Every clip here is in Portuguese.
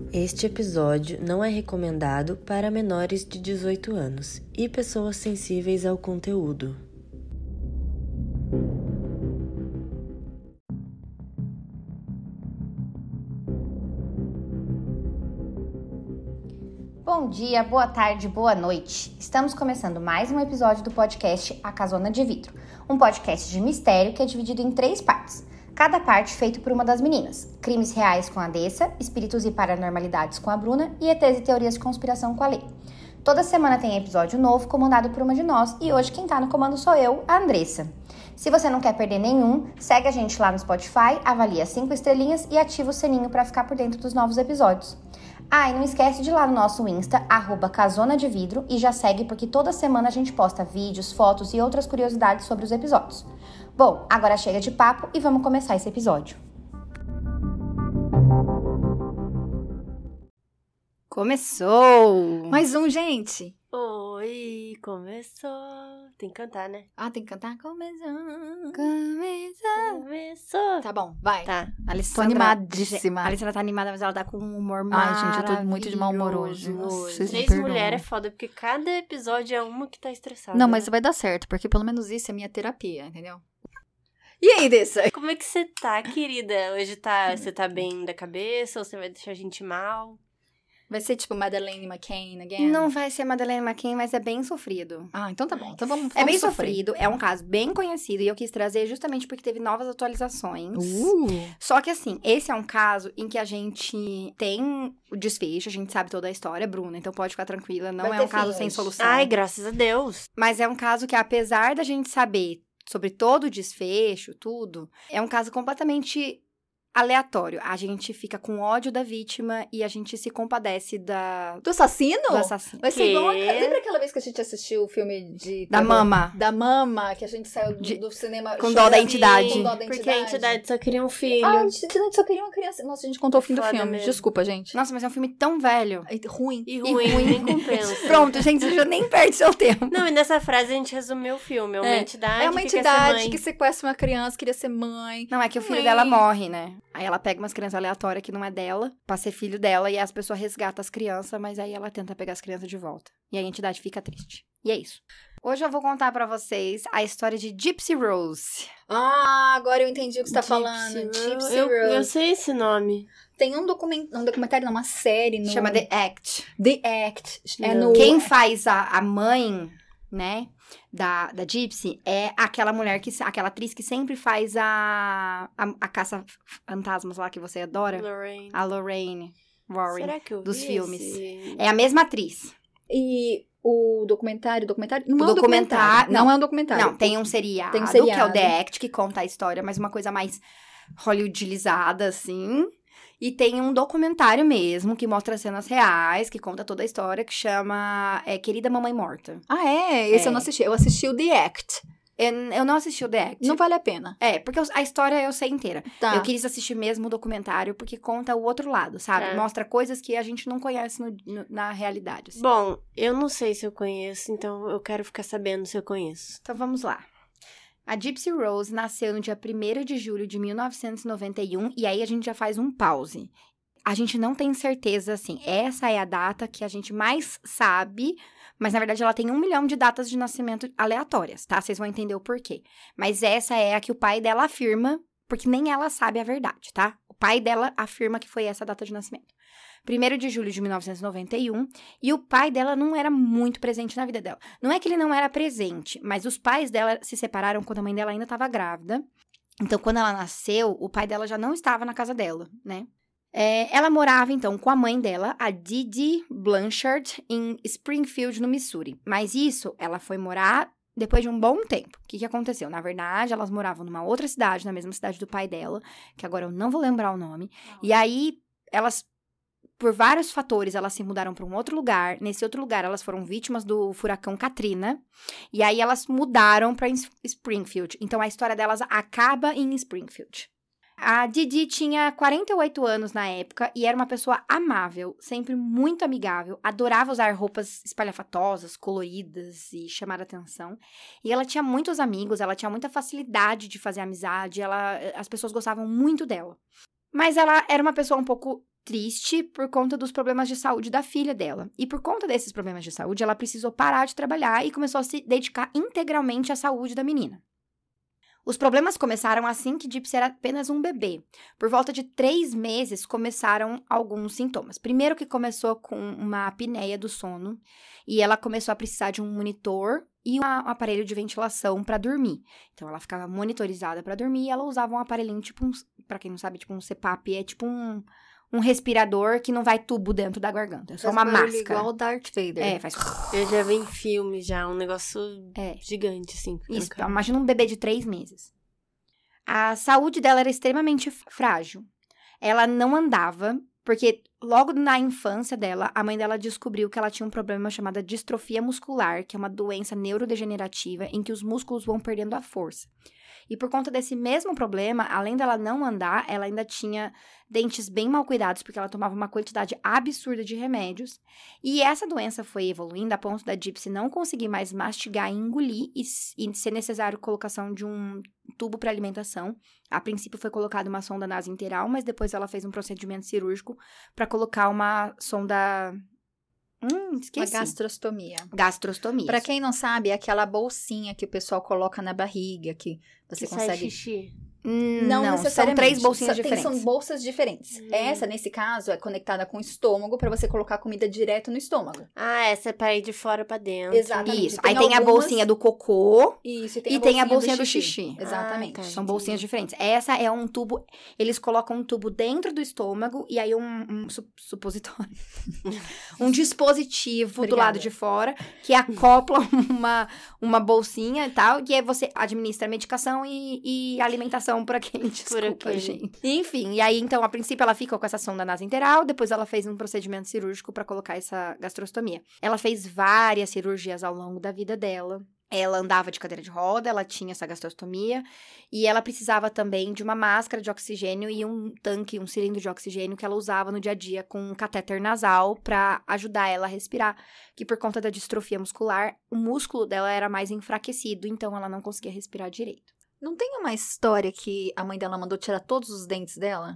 Este episódio não é recomendado para menores de 18 anos e pessoas sensíveis ao conteúdo. Bom dia, boa tarde, boa noite. Estamos começando mais um episódio do podcast A Casona de Vidro, um podcast de mistério que é dividido em 3 partes. Cada parte feito por uma das meninas. Crimes reais com a Dessa, espíritos e paranormalidades com a Bruna e ETs e teorias de conspiração com a Lê. Toda semana tem episódio novo comandado por uma de nós e hoje quem tá no comando sou eu, a Andressa. Se você não quer perder nenhum, segue a gente lá no Spotify, avalia 5 estrelinhas e ativa o sininho para ficar por dentro dos novos episódios. Ah, e não esquece de ir lá no nosso Insta, @casonadevidro, e já segue porque toda semana a gente posta vídeos, fotos e outras curiosidades sobre os episódios. Bom, agora chega de papo e vamos começar esse episódio. Começou! Mais um, gente! Oi, começou. Tem que cantar, né? Ah, tem que cantar? Começou! Começou. Tá bom, vai. Tá. Tô animadíssima. A Alessandra tá animada, mas ela tá com um humor Ai, gente, eu tô muito de mau humor hoje. Maravilhoso. Vocês me 3 perdoam. mulheres é foda, porque cada episódio é uma que tá estressada. Não, mas né? vai dar certo, porque pelo menos isso é minha terapia, entendeu? E aí, Dessa? Como é que você tá, querida? Hoje você tá bem da cabeça ou você vai deixar a gente mal? Vai ser tipo Madeleine McCann again? Não vai ser Madeleine McCann, mas é bem sofrido. Ah, então tá bom. Então vamos É bem sofrer. sofrido, é um caso bem conhecido e eu quis trazer justamente porque teve novas atualizações. Só que assim, esse é um caso em que a gente tem o desfecho, a gente sabe toda a história, Bruna, então pode ficar tranquila, não Vai é um ter caso fim sem hoje. solução. Ai, graças a Deus. Mas é um caso que apesar da gente saber sobre todo o desfecho, tudo, é um caso completamente aleatório. A gente fica com ódio da vítima e a gente se compadece Do assassino? do assassino. Vai ser Quê? igual lembra aquela vez que a gente assistiu o filme de Da terror? Mama. Da Mama, que a gente saiu do cinema Com dó da chorando, entidade. com dó da Porque a entidade só queria um filho. Ah, a gente só queria uma criança. Nossa, a gente contou o fim do Foda filme. mesmo. Desculpa, gente. Nossa, mas é um filme tão velho. Ruim. E ruim, nem compensa. Pronto, gente, você já nem perde seu tempo. Não, e nessa frase a gente resumiu o filme. É uma entidade É uma que quer ser entidade mãe. que sequestra uma criança, queria ser mãe. Não, é que o filho Mãe. dela morre, né? Aí ela pega umas crianças aleatórias que não é dela, pra ser filho dela, e as pessoas resgatam as crianças, mas aí ela tenta pegar as crianças de volta. E aí a entidade fica triste. E é isso. Hoje eu vou contar pra vocês a história de Gypsy Rose. Ah, agora eu entendi o que você tá falando. Gypsy Eu Rose. sei esse nome. Tem um documentário, não, uma série. No... Chama The Act. The Act. É Não. no... Quem faz a mãe, né, da Gypsy é aquela mulher, aquela atriz que sempre faz a caça-fantasmas lá que você adora. Lorraine. A Lorraine Warren. Será que eu dos vi filmes. esse? É a mesma atriz. E o documentário não O é um documentário- documentário. Não é um documentário. Não, tem um seriado, Tem um que é o seriado. The Act, que conta a história, mas uma coisa mais hollywoodizada, assim. E tem um documentário mesmo, que mostra cenas reais, que conta toda a história, que chama Querida Mamãe Morta. Ah, é? Esse É. eu não assisti. Eu assisti o The Act. Eu não assisti o The Act. Não vale a pena. Porque a história eu sei inteira. Tá. Eu quis assistir mesmo o documentário, porque conta o outro lado, sabe? Tá. Mostra coisas que a gente não conhece na realidade. assim. Bom, eu não sei se eu conheço, então eu quero ficar sabendo se eu conheço. Então vamos lá. A Gypsy Rose nasceu no dia 1º de julho de 1991, e aí a gente já faz um pause. A gente não tem certeza, assim, essa é a data que a gente mais sabe, mas na verdade ela tem 1 milhão de datas de nascimento aleatórias, tá? Vocês vão entender o porquê. Mas essa é a que o pai dela afirma, porque nem ela sabe a verdade, tá? O pai dela afirma que foi essa data de nascimento. 1º de julho de 1991, e o pai dela não era muito presente na vida dela. Não é que ele não era presente, mas os pais dela se separaram quando a mãe dela ainda estava grávida. Então, quando ela nasceu, o pai dela já não estava na casa dela, né? Ela morava, então, com a mãe dela, a Didi Blanchard, em Springfield, no Missouri. Mas isso, ela foi morar depois de um bom tempo. O que aconteceu? Na verdade, elas moravam numa outra cidade, na mesma cidade do pai dela, que agora eu não vou lembrar o nome. E aí, elas, por vários fatores, elas se mudaram para um outro lugar. Nesse outro lugar, elas foram vítimas do furacão Katrina. E aí, elas mudaram para Springfield. Então, a história delas acaba em Springfield. A Didi tinha 48 anos na época e era uma pessoa amável, sempre muito amigável, adorava usar roupas espalhafatosas, coloridas e chamar atenção. E ela tinha muitos amigos, ela tinha muita facilidade de fazer amizade, as pessoas gostavam muito dela. Mas ela era uma pessoa um pouco triste por conta dos problemas de saúde da filha dela. E por conta desses problemas de saúde, ela precisou parar de trabalhar e começou a se dedicar integralmente à saúde da menina. Os problemas começaram assim que Gypsy era apenas um bebê. Por volta de 3 meses, começaram alguns sintomas. Primeiro que começou com uma apneia do sono, e ela começou a precisar de um monitor e um aparelho de ventilação para dormir. Então, ela ficava monitorizada para dormir e ela usava um aparelhinho, tipo para quem não sabe, tipo um CPAP, é tipo um respirador que não vai tubo dentro da garganta. É só uma máscara. Igual o Darth Vader. É, faz... Eu já vi em filme já, um negócio gigante, assim. Isso, imagina um bebê de 3 meses. A saúde dela era extremamente frágil. Ela não andava, porque logo na infância dela, a mãe dela descobriu que ela tinha um problema chamado distrofia muscular, que é uma doença neurodegenerativa em que os músculos vão perdendo a força. E por conta desse mesmo problema, além dela não andar, ela ainda tinha dentes bem mal cuidados, porque ela tomava uma quantidade absurda de remédios. E essa doença foi evoluindo a ponto da Gypsy não conseguir mais mastigar e engolir e ser necessário a colocação de um tubo para alimentação. A princípio foi colocada uma sonda nasointeral, mas depois ela fez um procedimento cirúrgico para colocar uma sonda... esqueci. Uma gastrostomia. Gastrostomia. Pra quem não sabe, é aquela bolsinha que o pessoal coloca na barriga, que você que consegue... sai xixi. Não necessariamente. São 3 bolsinhas diferentes. São bolsas diferentes. Essa, nesse caso, é conectada com o estômago pra você colocar a comida direto no estômago. Ah, essa é pra ir de fora pra dentro. Exatamente. Isso. Aí tem a bolsinha do cocô. Isso, e tem a bolsinha do xixi. Exatamente. Ah, tá. São bolsinhas diferentes. Essa é um tubo... Eles colocam um tubo dentro do estômago e aí um supositório. Um dispositivo do lado de fora que acopla uma bolsinha e tal, que aí você administra a medicação e alimentação por aquele, desculpa, gente. Enfim, e aí, então, a princípio, ela fica com essa sonda nasointeral, depois ela fez um procedimento cirúrgico pra colocar essa gastrostomia. Ela fez várias cirurgias ao longo da vida dela. Ela andava de cadeira de roda, ela tinha essa gastrostomia, e ela precisava também de uma máscara de oxigênio e um tanque, um cilindro de oxigênio que ela usava no dia a dia com um catéter nasal pra ajudar ela a respirar, que por conta da distrofia muscular, o músculo dela era mais enfraquecido, então ela não conseguia respirar direito. Não tem uma história que a mãe dela mandou tirar todos os dentes dela?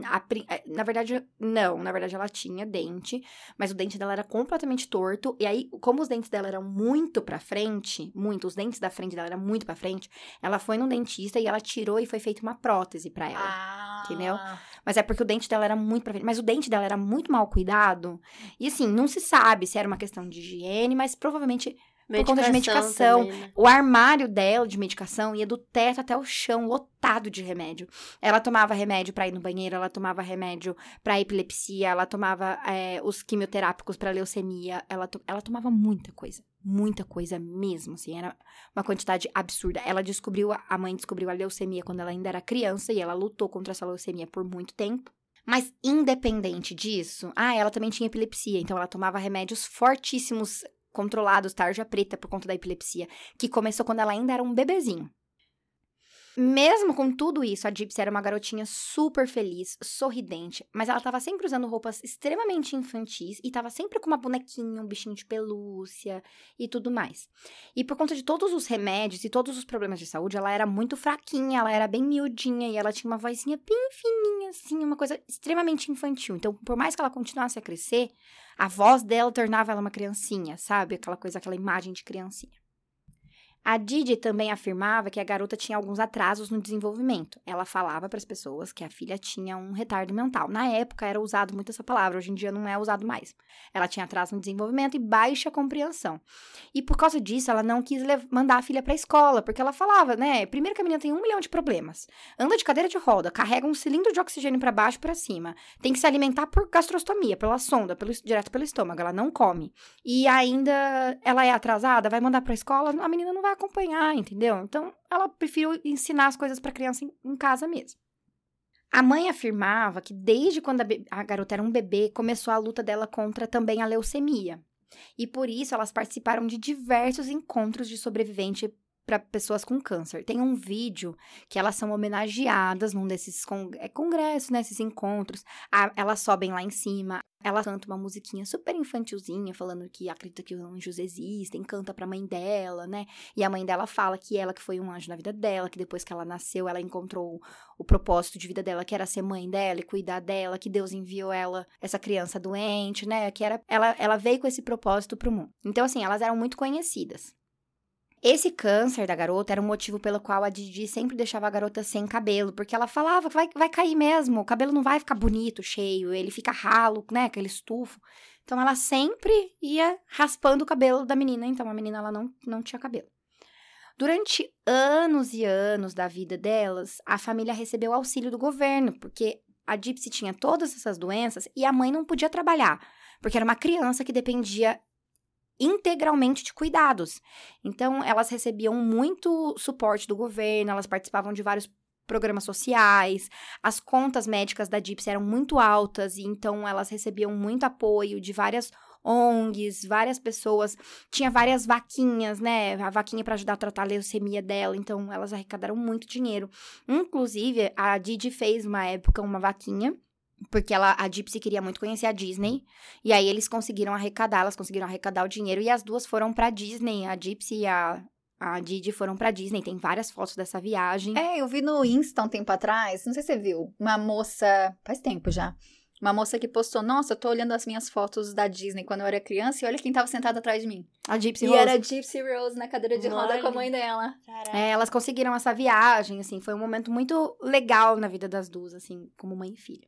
Na verdade, não. Na verdade, ela tinha dente, mas o dente dela era completamente torto. E aí, como os dentes dela eram muito pra frente, os dentes da frente dela eram muito pra frente, ela foi num dentista e ela tirou e foi feita uma prótese pra ela. Entendeu? Mas é porque o dente dela era muito pra frente. Mas o dente dela era muito mal cuidado. E assim, não se sabe se era uma questão de higiene, mas provavelmente... Por conta de medicação. Também, né? O armário dela de medicação ia do teto até o chão, lotado de remédio. Ela tomava remédio pra ir no banheiro, ela tomava remédio pra epilepsia, ela tomava os quimioterápicos pra leucemia. Ela tomava muita coisa mesmo, assim. Era uma quantidade absurda. A mãe descobriu a leucemia quando ela ainda era criança e ela lutou contra essa leucemia por muito tempo. Mas, independente disso, ela também tinha epilepsia, então ela tomava remédios fortíssimos, controlados, tarja preta, por conta da epilepsia, que começou quando ela ainda era um bebezinho. Mesmo com tudo isso, a Gypsy era uma garotinha super feliz, sorridente, mas ela tava sempre usando roupas extremamente infantis e tava sempre com uma bonequinha, um bichinho de pelúcia e tudo mais. E por conta de todos os remédios e todos os problemas de saúde, ela era muito fraquinha, ela era bem miudinha e ela tinha uma vozinha bem fininha, assim, uma coisa extremamente infantil. Então, por mais que ela continuasse a crescer, a voz dela tornava ela uma criancinha, sabe? Aquela imagem de criancinha. A Didi também afirmava que a garota tinha alguns atrasos no desenvolvimento. Ela falava para as pessoas que a filha tinha um retardo mental. Na época era usado muito essa palavra, hoje em dia não é usado mais. Ela tinha atraso no desenvolvimento e baixa compreensão. E por causa disso, ela não quis mandar a filha para a escola, porque ela falava, né? Primeiro que a menina tem 1 milhão de problemas. Anda de cadeira de roda, carrega um cilindro de oxigênio para baixo e para cima. Tem que se alimentar por gastrostomia, pela sonda, direto pelo estômago. Ela não come. E ainda ela é atrasada, vai mandar para a escola, a menina não vai acompanhar, entendeu? Então, ela preferiu ensinar as coisas pra criança em casa mesmo. A mãe afirmava que desde quando a garota era um bebê, começou a luta dela contra também a leucemia. E por isso, elas participaram de diversos encontros de sobrevivente para pessoas com câncer. Tem um vídeo que elas são homenageadas num desses congressos, né, esses encontros. Elas sobem lá em cima, ela canta uma musiquinha super infantilzinha, falando que acredita que os anjos existem, canta pra mãe dela, né? E a mãe dela fala que ela que foi um anjo na vida dela, que depois que ela nasceu, ela encontrou o propósito de vida dela, que era ser mãe dela e cuidar dela, que Deus enviou ela, essa criança doente, né? Que era, ela veio com esse propósito pro mundo. Então, assim, elas eram muito conhecidas. Esse câncer da garota era um motivo pelo qual a Didi sempre deixava a garota sem cabelo, porque ela falava que vai cair mesmo, o cabelo não vai ficar bonito, cheio, ele fica ralo, né, aquele estufo. Então, ela sempre ia raspando o cabelo da menina, então a menina ela não tinha cabelo. Durante anos e anos da vida delas, a família recebeu auxílio do governo, porque a Gypsy tinha todas essas doenças e a mãe não podia trabalhar, porque era uma criança que dependia integralmente de cuidados. Então, elas recebiam muito suporte do governo, elas participavam de vários programas sociais, as contas médicas da Gypsy eram muito altas, e então elas recebiam muito apoio de várias ONGs, várias pessoas, tinha várias vaquinhas, né, a vaquinha para ajudar a tratar a leucemia dela, então elas arrecadaram muito dinheiro. Inclusive, a Didi fez uma época uma vaquinha, porque a Gypsy queria muito conhecer a Disney, e aí elas conseguiram arrecadar o dinheiro, e as duas foram pra Disney, a Gypsy e a Didi foram pra Disney, tem várias fotos dessa viagem. Eu vi no Insta um tempo atrás, não sei se você viu, uma moça, faz tempo já, uma moça que postou, nossa, eu tô olhando as minhas fotos da Disney quando eu era criança, e olha quem tava sentado atrás de mim. A Gypsy Rose. E era a Gypsy Rose na cadeira de roda com a mãe dela. Elas conseguiram essa viagem, assim, foi um momento muito legal na vida das duas, assim, como mãe e filha.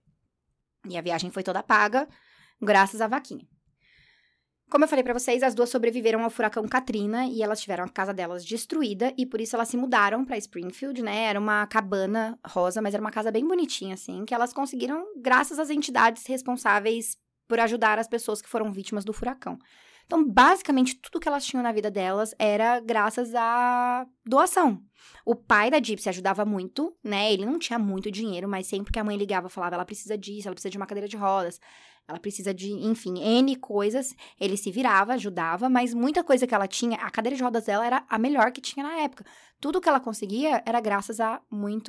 E a viagem foi toda paga, graças à vaquinha. Como eu falei pra vocês, as duas sobreviveram ao furacão Katrina e elas tiveram a casa delas destruída e por isso elas se mudaram pra Springfield, né? Era uma cabana rosa, mas era uma casa bem bonitinha, assim, que elas conseguiram graças às entidades responsáveis por ajudar as pessoas que foram vítimas do furacão. Então, basicamente, tudo que elas tinham na vida delas era graças à doação. O pai da Gypsy ajudava muito, né? Ele não tinha muito dinheiro, mas sempre que a mãe ligava, falava, ela precisa disso, ela precisa de uma cadeira de rodas, ela precisa de, enfim, N coisas. Ele se virava, ajudava, mas muita coisa que ela tinha, a cadeira de rodas dela era a melhor que tinha na época. Tudo que ela conseguia era graças a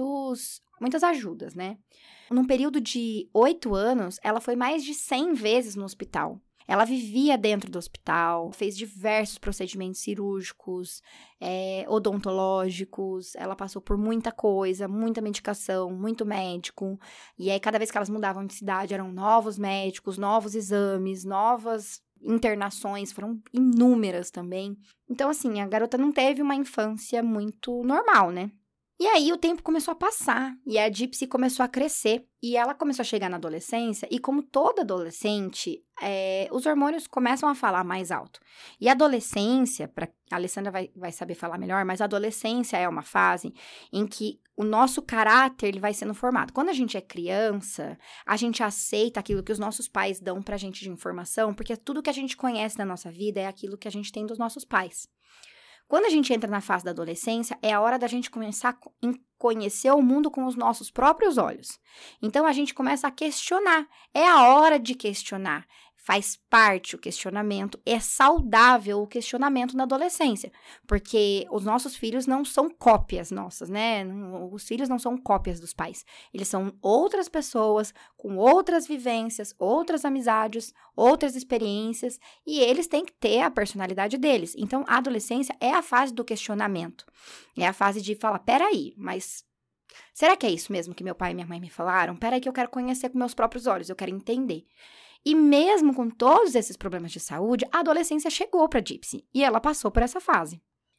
muitas ajudas, né? Num período de 8 anos, ela foi mais de 100 vezes no hospital. Ela vivia dentro do hospital, fez diversos procedimentos cirúrgicos, odontológicos, ela passou por muita coisa, muita medicação, muito médico. E aí, cada vez que elas mudavam de cidade, eram novos médicos, novos exames, novas internações, foram inúmeras também. Então, assim, a garota não teve uma infância muito normal, né? E aí, o tempo começou a passar, e a Gypsy começou a crescer, e ela começou a chegar na adolescência, e como toda adolescente, os hormônios começam a falar mais alto. E a adolescência, a Alessandra vai saber falar melhor, mas a adolescência é uma fase em que o nosso caráter ele vai sendo formado. Quando a gente é criança, a gente aceita aquilo que os nossos pais dão pra gente de informação, porque tudo que a gente conhece na nossa vida é aquilo que a gente tem dos nossos pais. Quando a gente entra na fase da adolescência, é a hora da gente começar a conhecer o mundo com os nossos próprios olhos. Então, a gente começa a questionar. É a hora de questionar. Faz parte o questionamento. É saudável o questionamento na adolescência. Porque os nossos filhos não são cópias nossas, né? Os filhos não são cópias dos pais. Eles são outras pessoas, com outras vivências, outras amizades, outras experiências. E eles têm que ter a personalidade deles. Então, a adolescência é a fase do questionamento. É a fase de falar, peraí, mas será que é isso mesmo que meu pai e minha mãe me falaram? Peraí que eu quero conhecer com meus próprios olhos, eu quero entender. E mesmo com todos esses problemas de saúde, a adolescência chegou para Gypsy e ela passou por essa fase.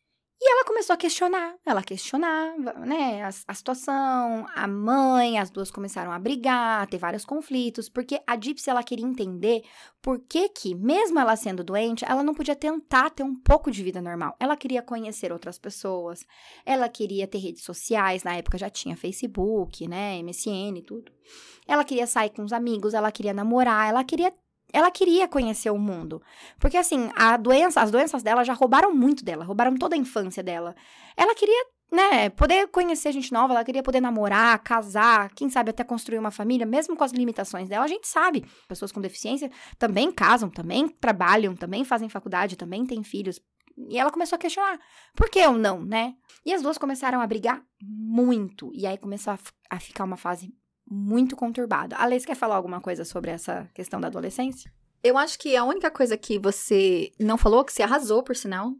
E ela começou a questionar, ela questionava, né, a situação, a mãe, as duas começaram a brigar, a ter vários conflitos, porque a Gypsy, ela queria entender por que, mesmo ela sendo doente, ela não podia tentar ter um pouco de vida normal. Ela queria conhecer outras pessoas, ela queria ter redes sociais, na época já tinha Facebook, né, MSN e tudo. Ela queria sair com os amigos, ela queria namorar, ela queria conhecer o mundo. Porque, assim, as doenças dela já roubaram muito dela, roubaram toda a infância dela. Ela queria, né, poder conhecer gente nova, ela queria poder namorar, casar, quem sabe até construir uma família, mesmo com as limitações dela. A gente sabe, pessoas com deficiência também casam, também trabalham, também fazem faculdade, também têm filhos. E ela começou a questionar, por que eu não, né? E as duas começaram a brigar muito. E aí começou a ficar uma fase muito conturbada. A Lê, você quer falar alguma coisa sobre essa questão da adolescência? Eu acho que a única coisa que você não falou, que você arrasou, por sinal.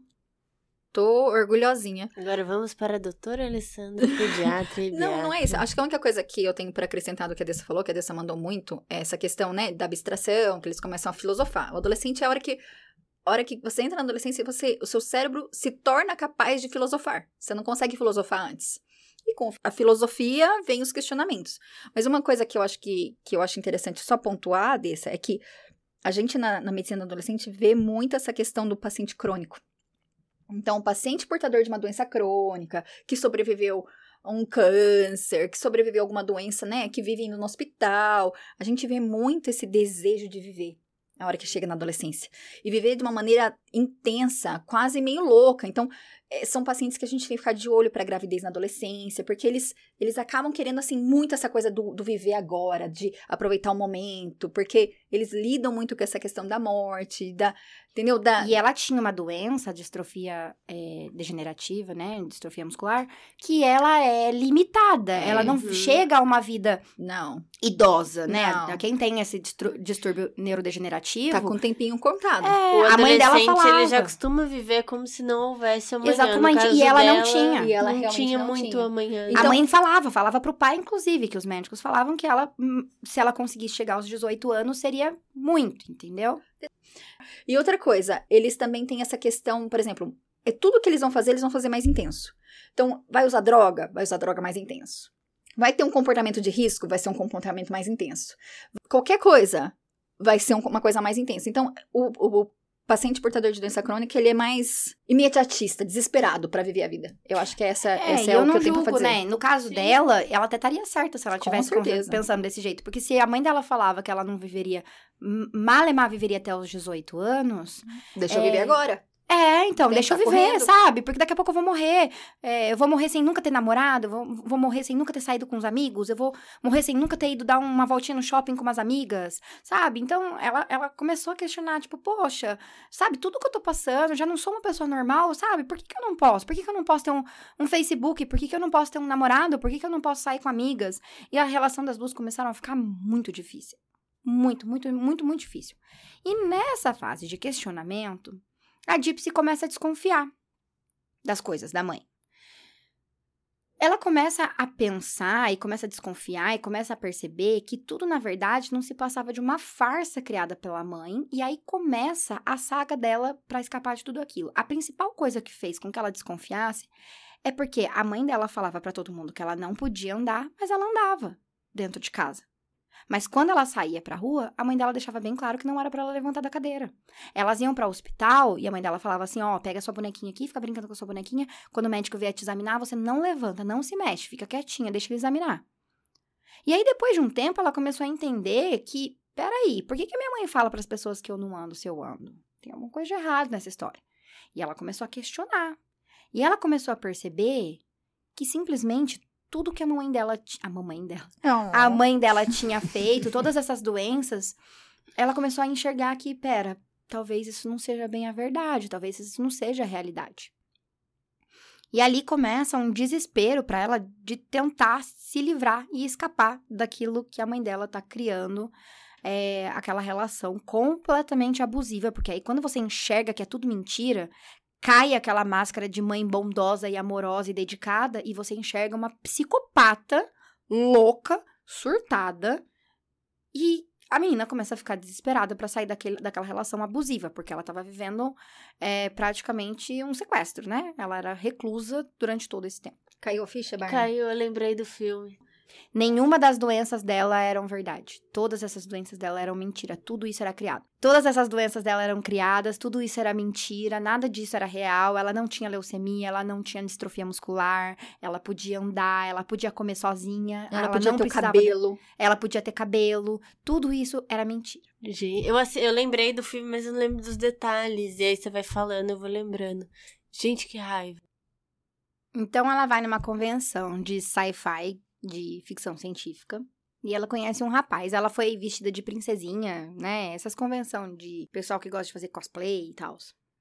Tô orgulhosinha. Agora vamos para a doutora Alessandra, pediatra e Não é isso. Acho que a única coisa que eu tenho pra acrescentar do que a Dessa falou, que a Dessa mandou muito, é essa questão, né, da abstração, que eles começam a filosofar. O adolescente é a hora que você entra na adolescência, o seu cérebro se torna capaz de filosofar. Você não consegue filosofar antes. E com a filosofia vem os questionamentos. Mas uma coisa que eu acho interessante só pontuar, Dessa, é que a gente na medicina adolescente vê muito essa questão do paciente crônico. Então, o paciente portador de uma doença crônica, que sobreviveu a um câncer, que sobreviveu a alguma doença, né, que vive indo no hospital, a gente vê muito esse desejo de viver na hora que chega na adolescência. E viver de uma maneira intensa, quase meio louca. Então, são pacientes que a gente tem que ficar de olho para a gravidez na adolescência, porque eles acabam querendo, assim, muito essa coisa do viver agora, de aproveitar o momento, porque eles lidam muito com essa questão da morte, entendeu? E ela tinha uma doença, distrofia degenerativa, né, distrofia muscular, que ela é limitada, ela não chega a uma vida idosa, né? Não. Quem tem esse distúrbio neurodegenerativo... Tá com um tempinho contado. A mãe dela falava. Ele já costuma viver como se não houvesse amanhã. Exatamente, e ela não tinha. E ela não realmente tinha não muito tinha. amanhã. A mãe falava pro pai, inclusive, que os médicos falavam que ela, se ela conseguisse chegar aos 18 anos, seria muito, entendeu? E outra coisa, eles também têm essa questão, por exemplo, tudo que eles vão fazer mais intenso. Então, vai usar droga mais intenso. Vai ter um comportamento de risco, vai ser um comportamento mais intenso. Qualquer coisa vai ser uma coisa mais intensa. Então, o paciente portador de doença crônica, ele é mais imediatista, desesperado pra viver a vida. Eu acho que essa é o que eu tenho pra fazer. Né? No caso dela, ela até estaria certa se ela tivesse pensando desse jeito. Porque se a mãe dela falava que ela não viveria, malemar viveria até os 18 anos... Deixa eu viver agora. Então, deixa eu viver, sabe? Porque daqui a pouco eu vou morrer. Eu vou morrer sem nunca ter namorado, vou morrer sem nunca ter saído com os amigos, eu vou morrer sem nunca ter ido dar uma voltinha no shopping com umas amigas, sabe? Então, ela começou a questionar, tipo, poxa, sabe, tudo que eu tô passando, eu já não sou uma pessoa normal, sabe? Por que eu não posso? Por que eu não posso ter um Facebook? Por que eu não posso ter um namorado? Por que eu não posso sair com amigas? E a relação das duas começaram a ficar muito difícil. Muito, muito, muito, muito difícil. E nessa fase de questionamento... a Gypsy começa a desconfiar das coisas da mãe. Ela começa a pensar e começa a desconfiar e começa a perceber que tudo, na verdade, não se passava de uma farsa criada pela mãe. E aí começa a saga dela para escapar de tudo aquilo. A principal coisa que fez com que ela desconfiasse é porque a mãe dela falava para todo mundo que ela não podia andar, mas ela andava dentro de casa. Mas quando ela saía pra rua, a mãe dela deixava bem claro que não era pra ela levantar da cadeira. Elas iam pra hospital e a mãe dela falava assim, pega a sua bonequinha aqui, fica brincando com a sua bonequinha. Quando o médico vier te examinar, você não levanta, não se mexe, fica quietinha, deixa ele examinar. E aí, depois de um tempo, ela começou a entender que, peraí, por que a minha mãe fala pras pessoas que eu não ando se eu ando? Tem alguma coisa de errado nessa história. E ela começou a questionar. E ela começou a perceber que simplesmente... tudo que a mãe dela tinha feito, todas essas doenças, ela começou a enxergar que, talvez isso não seja bem a verdade, talvez isso não seja a realidade. E ali começa um desespero para ela de tentar se livrar e escapar daquilo que a mãe dela tá criando, aquela relação completamente abusiva, porque aí quando você enxerga que é tudo mentira, cai aquela máscara de mãe bondosa e amorosa e dedicada e você enxerga uma psicopata louca, surtada, e a menina começa a ficar desesperada pra sair daquela relação abusiva, porque ela tava vivendo praticamente um sequestro, né? Ela era reclusa durante todo esse tempo. Caiu a ficha, Barney? Caiu, eu lembrei do filme. Nenhuma das doenças dela eram verdade. Todas essas doenças dela eram mentira. Tudo isso era criado. Todas essas doenças dela eram criadas, tudo isso era mentira, nada disso era real. Ela não tinha leucemia, ela não tinha distrofia muscular, ela podia andar, ela podia comer sozinha. Ela podia não ter cabelo. Ela podia ter cabelo. Tudo isso era mentira. Gente, eu lembrei do filme, mas eu não lembro dos detalhes. E aí você vai falando, eu vou lembrando. Gente, que raiva. Então ela vai numa convenção de sci-fi, de ficção científica, e ela conhece um rapaz. Ela foi vestida de princesinha, né? Essas convenções de pessoal que gosta de fazer cosplay e tal.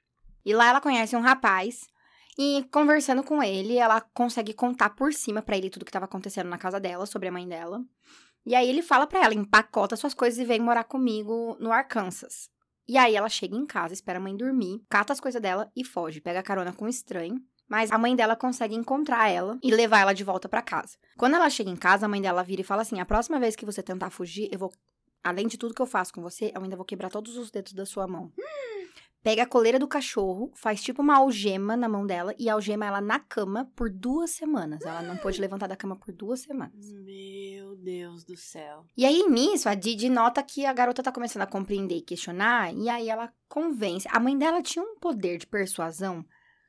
E lá ela conhece um rapaz e, conversando com ele, ela consegue contar por cima pra ele tudo que tava acontecendo na casa dela, sobre a mãe dela. E aí ele fala pra ela, empacota suas coisas e vem morar comigo no Arkansas. E aí ela chega em casa, espera a mãe dormir, cata as coisas dela e foge, pega carona com um estranho. Mas a mãe dela consegue encontrar ela e levar ela de volta pra casa. Quando ela chega em casa, a mãe dela vira e fala assim, a próxima vez que você tentar fugir, eu vou, além de tudo que eu faço com você, eu ainda vou quebrar todos os dedos da sua mão. Pega a coleira do cachorro, faz tipo uma algema na mão dela e algema ela na cama por 2 semanas. Ela não pôde levantar da cama por 2 semanas. Meu Deus do céu. E aí, nisso, a Didi nota que a garota tá começando a compreender e questionar, e aí ela convence. A mãe dela tinha um poder de persuasão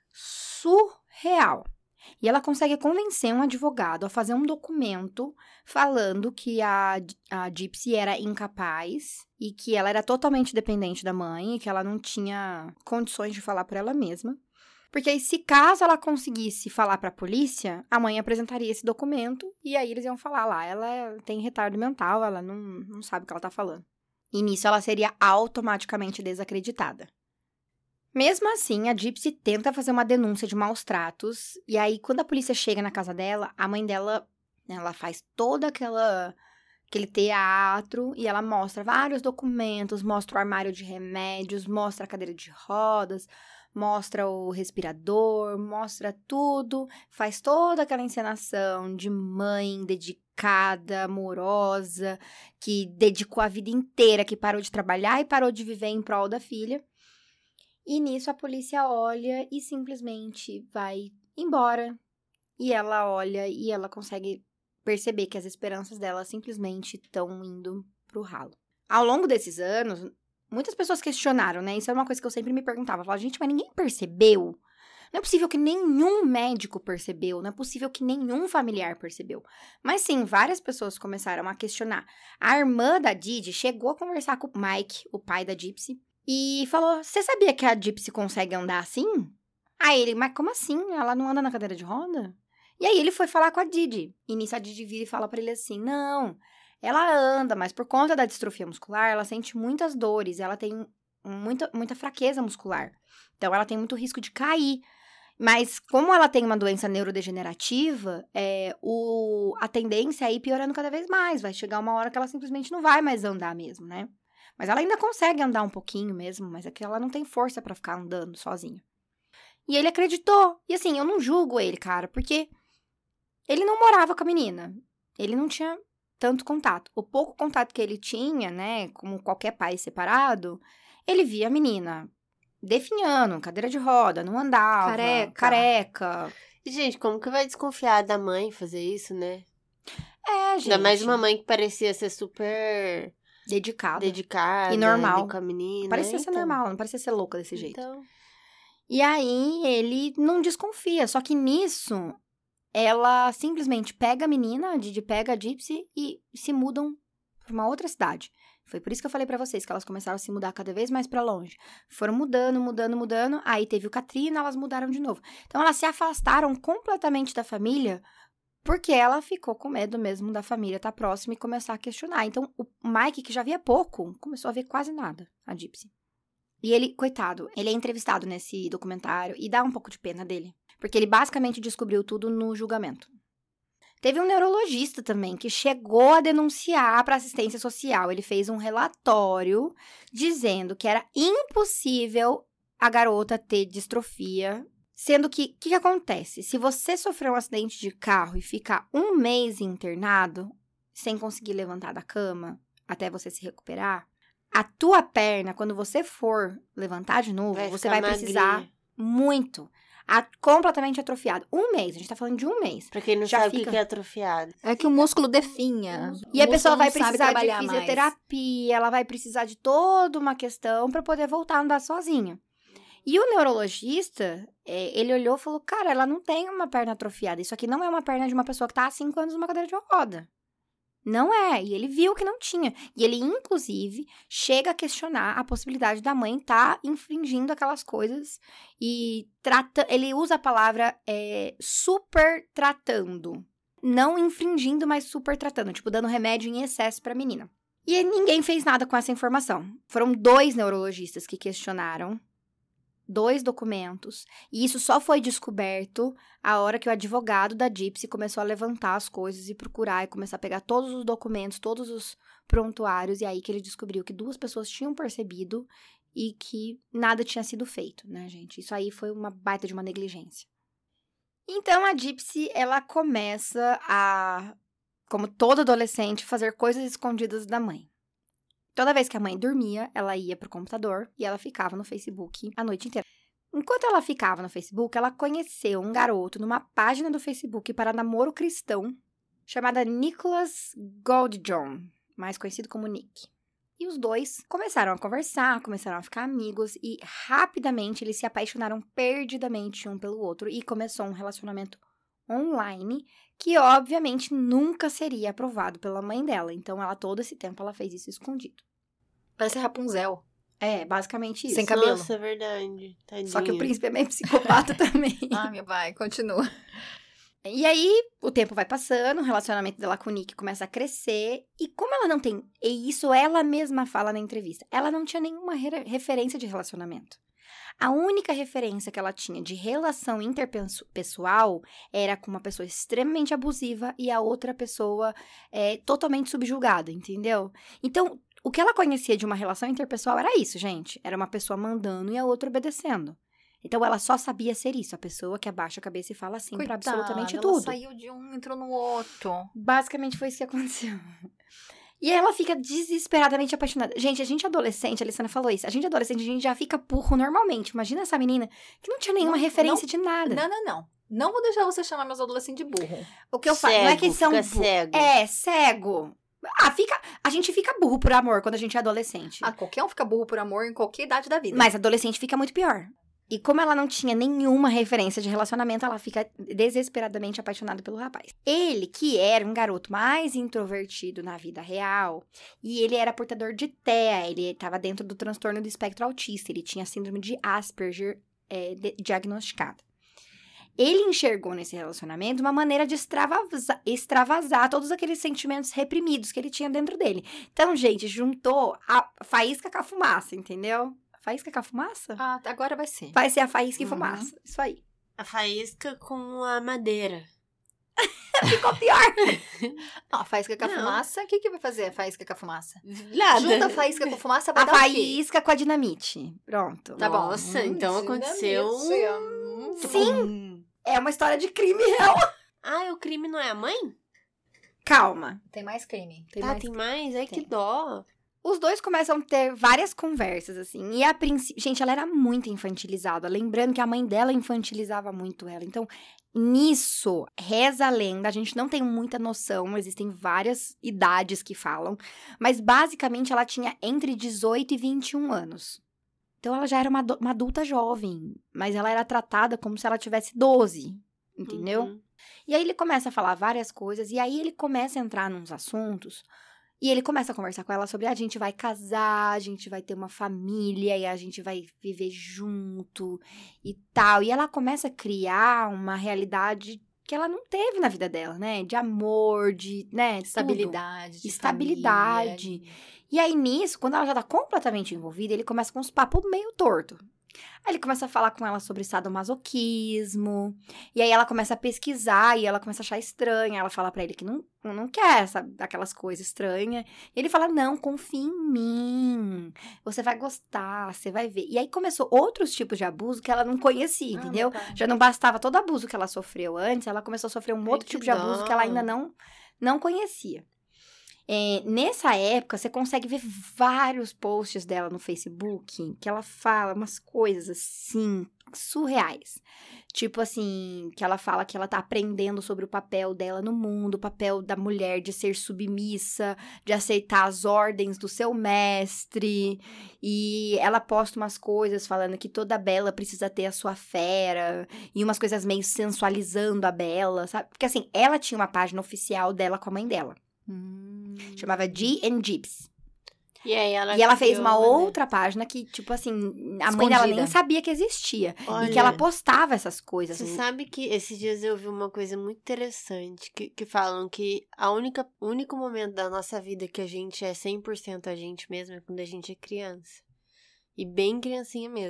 surreal. E ela consegue convencer um advogado a fazer um documento falando que a Gypsy era incapaz e que ela era totalmente dependente da mãe e que ela não tinha condições de falar por ela mesma. Porque aí, se caso ela conseguisse falar pra polícia, a mãe apresentaria esse documento e aí eles iam falar lá, ela tem retardo mental, ela não sabe o que ela tá falando. E nisso ela seria automaticamente desacreditada. Mesmo assim, a Gypsy tenta fazer uma denúncia de maus tratos, e aí quando a polícia chega na casa dela, a mãe dela, ela faz todo aquele teatro, e ela mostra vários documentos, mostra o armário de remédios, mostra a cadeira de rodas, mostra o respirador, mostra tudo, faz toda aquela encenação de mãe dedicada, amorosa, que dedicou a vida inteira, que parou de trabalhar e parou de viver em prol da filha. E nisso a polícia olha e simplesmente vai embora. E ela olha e ela consegue perceber que as esperanças dela simplesmente estão indo pro ralo. Ao longo desses anos, muitas pessoas questionaram, né? Isso é uma coisa que eu sempre me perguntava. Eu falava, gente, mas ninguém percebeu? Não é possível que nenhum médico percebeu, não é possível que nenhum familiar percebeu. Mas sim, várias pessoas começaram a questionar. A irmã da Didi chegou a conversar com o Mike, o pai da Gypsy, e falou, você sabia que a Gypsy consegue andar assim? Aí ele, mas como assim? Ela não anda na cadeira de roda? E aí ele foi falar com a Didi. E nisso a Didi vira e fala pra ele assim, não, ela anda, mas por conta da distrofia muscular, ela sente muitas dores, ela tem muita fraqueza muscular. Então ela tem muito risco de cair. Mas como ela tem uma doença neurodegenerativa, a tendência é ir piorando cada vez mais. Vai chegar uma hora que ela simplesmente não vai mais andar mesmo, né? Mas ela ainda consegue andar um pouquinho mesmo, mas é que ela não tem força pra ficar andando sozinha. E ele acreditou. E assim, eu não julgo ele, cara, porque ele não morava com a menina. Ele não tinha tanto contato. O pouco contato que ele tinha, né, como qualquer pai separado, ele via a menina definhando, cadeira de roda, não andava, careca. E, gente, como que vai desconfiar da mãe fazer isso, né? Gente. Ainda mais uma mãe que parecia ser super dedicada e normal. Com a menina. Parecia ser normal, não parecia ser louca desse jeito. Então. E aí, ele não desconfia. Só que nisso, ela simplesmente pega a menina, a Didi pega a Gypsy e se mudam para uma outra cidade. Foi por isso que eu falei pra vocês que elas começaram a se mudar cada vez mais pra longe. Foram mudando. Aí teve o Katrina, elas mudaram de novo. Então, elas se afastaram completamente da família porque ela ficou com medo mesmo da família estar próxima e começar a questionar. Então, o Mike, que já via pouco, começou a ver quase nada, a Gypsy. E ele, coitado, ele é entrevistado nesse documentário e dá um pouco de pena dele. Porque ele basicamente descobriu tudo no julgamento. Teve um neurologista também que chegou a denunciar para assistência social. Ele fez um relatório dizendo que era impossível a garota ter distrofia. Sendo que, o que acontece? Se você sofrer um acidente de carro e ficar 1 mês internado, sem conseguir levantar da cama, até você se recuperar, a tua perna, quando você for levantar de novo, você vai precisar muito. Completamente atrofiado. 1 mês, a gente tá falando de 1 mês. Pra quem não sabe o que é atrofiado. É que o músculo definha. E a pessoa vai precisar de fisioterapia, ela vai precisar de toda uma questão pra poder voltar a andar sozinha. E o neurologista, ele olhou e falou, cara, ela não tem uma perna atrofiada. Isso aqui não é uma perna de uma pessoa que tá há 5 anos numa cadeira de roda. Não é. E ele viu que não tinha. E ele, inclusive, chega a questionar a possibilidade da mãe estar infringindo aquelas coisas. E ele usa a palavra super tratando. Não infringindo, mas super tratando. Tipo, dando remédio em excesso pra menina. E ninguém fez nada com essa informação. Foram 2 neurologistas que questionaram. 2 documentos, e isso só foi descoberto a hora que o advogado da Gypsy começou a levantar as coisas e procurar e começar a pegar todos os documentos, todos os prontuários, e aí que ele descobriu que 2 pessoas tinham percebido e que nada tinha sido feito, né, gente? Isso aí foi uma baita de uma negligência. Então, a Gypsy, ela começa a, como todo adolescente, fazer coisas escondidas da mãe. Toda vez que a mãe dormia, ela ia pro computador e ela ficava no Facebook a noite inteira. Enquanto ela ficava no Facebook, ela conheceu um garoto numa página do Facebook para namoro cristão chamada Nicholas Goldjohn, mais conhecido como Nick. E os 2 começaram a conversar, começaram a ficar amigos e rapidamente eles se apaixonaram perdidamente um pelo outro e começou um relacionamento online que obviamente nunca seria aprovado pela mãe dela. Então, ela todo esse tempo ela fez isso escondido. Parece Rapunzel. É, basicamente isso. Sem cabelo. Nossa, é verdade. Tadinha. Só que o príncipe é meio psicopata também. Ah, meu pai, continua. E aí, o tempo vai passando, o relacionamento dela com o Nick começa a crescer. E como ela não tem... E isso ela mesma fala na entrevista. Ela não tinha nenhuma referência de relacionamento. A única referência que ela tinha de relação interpessoal era com uma pessoa extremamente abusiva e a outra pessoa totalmente subjugada, entendeu? Então, o que ela conhecia de uma relação interpessoal era isso, gente. Era uma pessoa mandando e a outra obedecendo. Então, ela só sabia ser isso, a pessoa que abaixa a cabeça e fala assim pra absolutamente tudo. Ela saiu de um, entrou no outro. Basicamente, foi isso que aconteceu. E aí ela fica desesperadamente apaixonada. Gente, a gente adolescente, a Alessandra falou isso, a gente adolescente, a gente já fica burro normalmente. Imagina essa menina que não tinha nenhuma referência de nada. Não. Não vou deixar você chamar meus adolescentes de burro. O que eu falo, não é que eles são burros. Cego. É, cego. A gente fica burro por amor quando a gente é adolescente. Qualquer um fica burro por amor em qualquer idade da vida. Mas adolescente fica muito pior. E como ela não tinha nenhuma referência de relacionamento, ela fica desesperadamente apaixonada pelo rapaz. Ele, que era um garoto mais introvertido na vida real, e ele era portador de TEA, ele estava dentro do transtorno do espectro autista, ele tinha síndrome de Asperger diagnosticada. Ele enxergou nesse relacionamento uma maneira de extravasar todos aqueles sentimentos reprimidos que ele tinha dentro dele. Então, gente, juntou a faísca com a fumaça, entendeu? Faísca com a fumaça? Agora vai ser. Vai ser a faísca e fumaça. Isso aí. A faísca com a madeira. Ficou pior. Não, a faísca com a fumaça, o que vai fazer a faísca com a fumaça? Nada. Junta a faísca com a fumaça, vai A dar o quê? faísca com a dinamite. Pronto. Tá bom. Nossa, então aconteceu... Sim. É uma história de crime real. O crime não é a mãe? Calma. Tem mais crime. Tem mais? Ai, Tem. que dó. Os 2 começam a ter várias conversas, assim. E a princípio... Gente, ela era muito infantilizada. Lembrando que a mãe dela infantilizava muito ela. Então, nisso, reza a lenda. A gente não tem muita noção. Existem várias idades que falam. Mas, basicamente, ela tinha entre 18 e 21 anos. Então, ela já era uma adulta jovem. Mas ela era tratada como se ela tivesse 12. Entendeu? Uhum. E aí, ele começa a falar várias coisas. E aí, ele começa a entrar nos assuntos... E ele começa a conversar com ela sobre a gente vai casar, a gente vai ter uma família e a gente vai viver junto e tal. E ela começa a criar uma realidade que ela não teve na vida dela, né? De amor, de, né? Estabilidade. Tudo. Estabilidade. Família. E aí, nisso, quando ela já tá completamente envolvida, ele começa com uns papos meio torto. Aí ele começa a falar com ela sobre sadomasoquismo. E aí ela começa a pesquisar e ela começa a achar estranha. Ela fala pra ele que não quer, sabe, aquelas coisas estranhas. E ele fala, não, confia em mim. Você vai gostar, você vai ver. E aí começou outros tipos de abuso que ela não conhecia, entendeu? Já não bastava todo abuso que ela sofreu antes. Ela começou a sofrer um outro tipo de abuso que ela ainda não conhecia. Nessa época, você consegue ver vários posts dela no Facebook que ela fala umas coisas assim, surreais. Tipo assim, que ela fala que ela tá aprendendo sobre o papel dela no mundo, o papel da mulher de ser submissa, de aceitar as ordens do seu mestre. E ela posta umas coisas falando que toda Bela precisa ter a sua fera. E umas coisas meio sensualizando a Bela, sabe? Porque assim, ela tinha uma página oficial dela com a mãe dela. Chamava G and Gypsy. E aí ela fez uma outra página que, tipo assim, a mãe dela nem sabia que existia. Olha, e que ela postava essas coisas. Você sabe que esses dias eu vi uma coisa muito interessante, que falam que o único momento da nossa vida que a gente é 100% a gente mesmo é quando a gente é criança. E bem criancinha mesmo.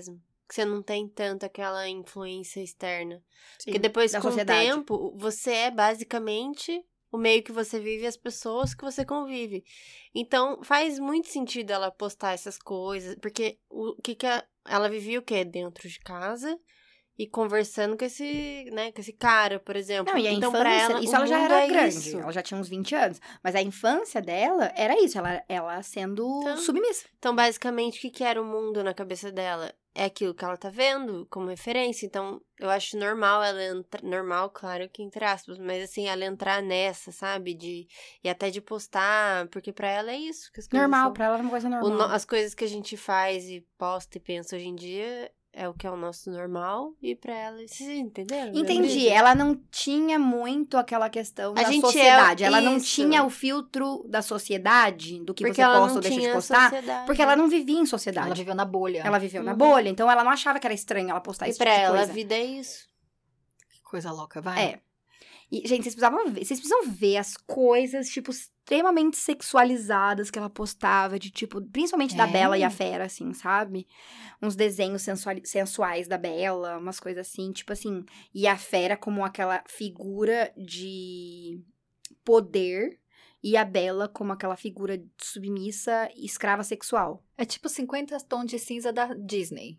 que você não tem tanto aquela influência externa. Sim, Porque depois, da com o sociedade. tempo, você é basicamente o meio que você vive e as pessoas que você convive. Então, faz muito sentido ela postar essas coisas, porque o que ela vivia o quê? Dentro de casa e conversando com esse, né, com esse cara, por exemplo. Não, e a então, infância, pra ela, isso o ela já mundo era é grande, isso. ela já tinha uns 20 anos. Mas a infância dela era isso, ela sendo Então- submissa. Então, basicamente, o que era o mundo na cabeça dela? É aquilo que ela tá vendo como referência. Então, eu acho normal ela entrar... Normal, claro que entre aspas. Mas, assim, ela entrar nessa, sabe? E até de postar. Porque pra ela é isso que as coisas Normal, são. pra ela era uma coisa normal. As coisas que a gente faz e posta e pensa hoje em dia... É o que é o nosso normal. E pra ela... Vocês entenderam? minha Entendi, brisa? ela não tinha muito aquela questão da gente sociedade. é Ela não isso. tinha o filtro da sociedade, do que Porque você ela posta não ou deixa de tinha postar. sociedade. Porque ela não vivia em sociedade. Ela viveu na bolha. Ela viveu na Uhum. bolha, então ela não achava que era estranho ela postar E esse pra tipo de ela, coisa. a vida é isso. Que coisa louca, vai. É. E, gente, vocês precisam ver as coisas, tipo, extremamente sexualizadas que ela postava, de tipo, principalmente da É? Bela e a Fera, assim, sabe? Uns desenhos sensuais da Bela, umas coisas assim, tipo assim. E a Fera como aquela figura de poder, e a Bela como aquela figura submissa e escrava sexual. É tipo 50 tons de cinza da Disney.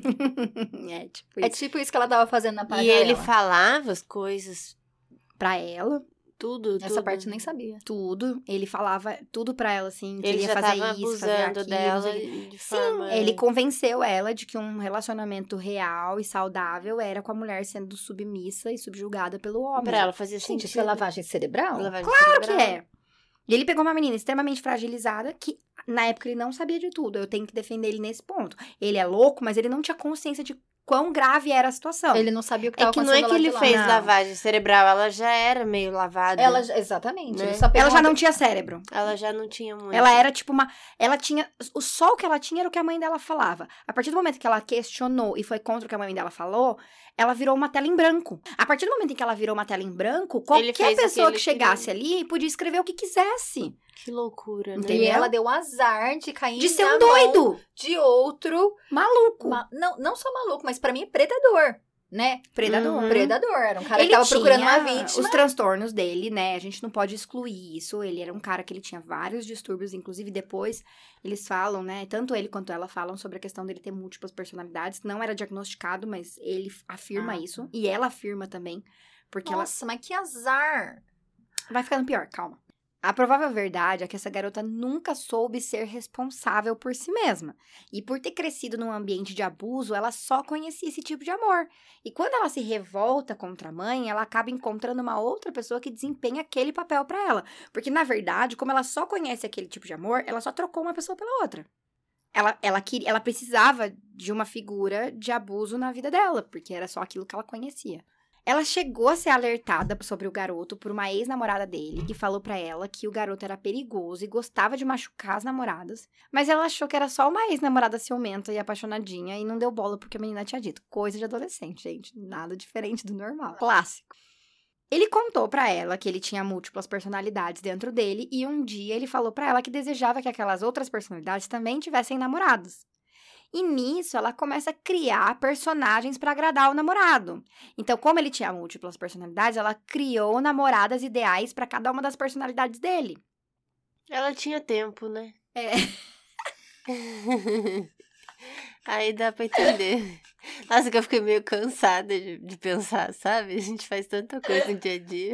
É, tipo É isso. tipo isso que ela tava fazendo na página E ele dela. falava as coisas, Pra ela, tudo. Essa parte eu nem sabia. tudo. Ele falava tudo pra ela, assim, que Ele ele ia já fazer tava isso, fazer abusando aquilo. dela não sei o quê. de Sim, forma... ele convenceu ela de que um relacionamento real e saudável era com a mulher sendo submissa e subjugada pelo homem. Pra ela fazia Gente, sentido. isso é lavagem cerebral? Lavagem Claro que cerebral. é. E ele pegou uma menina extremamente fragilizada que, na época, ele não sabia de tudo. Eu tenho que defender ele nesse ponto. Ele é louco, mas ele não tinha consciência de quão grave era a situação. Ele não sabia o que É tava que não é acontecendo que lá ele de lá. fez Não. lavagem cerebral, ela já era meio lavada. Exatamente. Né? Ele só pegou Ela já uma- não tinha cérebro. Ela já não tinha muito. Ela era tipo uma. Ela tinha. O só o que ela tinha era o que a mãe dela falava. A partir do momento que ela questionou e foi contra o que a mãe dela falou, ela virou uma tela em branco. A partir do momento em que ela virou uma tela em branco, qualquer fez o que pessoa ele que chegasse ali podia escrever o que quisesse. Que loucura, né? Entendeu? E ela deu azar de cair De ser na um mão doido. de outro. Maluco. Não só maluco, mas pra mim é predador, né? Predador. Uhum. Predador. Era um cara Ele que tava procurando tinha uma vítima. os transtornos dele, né? A gente não pode excluir isso. Ele era um cara que ele tinha vários distúrbios, inclusive depois eles falam, né? Tanto ele quanto ela falam sobre a questão dele ter múltiplas personalidades. Não era diagnosticado, mas ele afirma isso. E ela afirma também, porque Nossa, mas que azar. ela vai ficando pior, calma. A provável verdade é que essa garota nunca soube ser responsável por si mesma. E por ter crescido num ambiente de abuso, ela só conhecia esse tipo de amor. E quando ela se revolta contra a mãe, ela acaba encontrando uma outra pessoa que desempenha aquele papel pra ela. Porque, na verdade, como ela só conhece aquele tipo de amor, ela só trocou uma pessoa pela outra. Ela precisava de uma figura de abuso na vida dela, porque era só aquilo que ela conhecia. Ela chegou a ser alertada sobre o garoto por uma ex-namorada dele, que falou pra ela que o garoto era perigoso e gostava de machucar as namoradas, mas ela achou que era só uma ex-namorada ciumenta e apaixonadinha e não deu bola porque a menina tinha dito. Coisa de adolescente, gente. Nada diferente do normal. Clássico. Ele contou pra ela que ele tinha múltiplas personalidades dentro dele e um dia ele falou pra ela que desejava que aquelas outras personalidades também tivessem namorados. E nisso, ela começa a criar personagens pra agradar o namorado. Então, como ele tinha múltiplas personalidades, ela criou namoradas ideais pra cada uma das personalidades dele. Ela tinha tempo, né? É. Aí dá pra entender. Nossa, que eu fiquei meio cansada de pensar, sabe? A gente faz tanta coisa no dia a dia.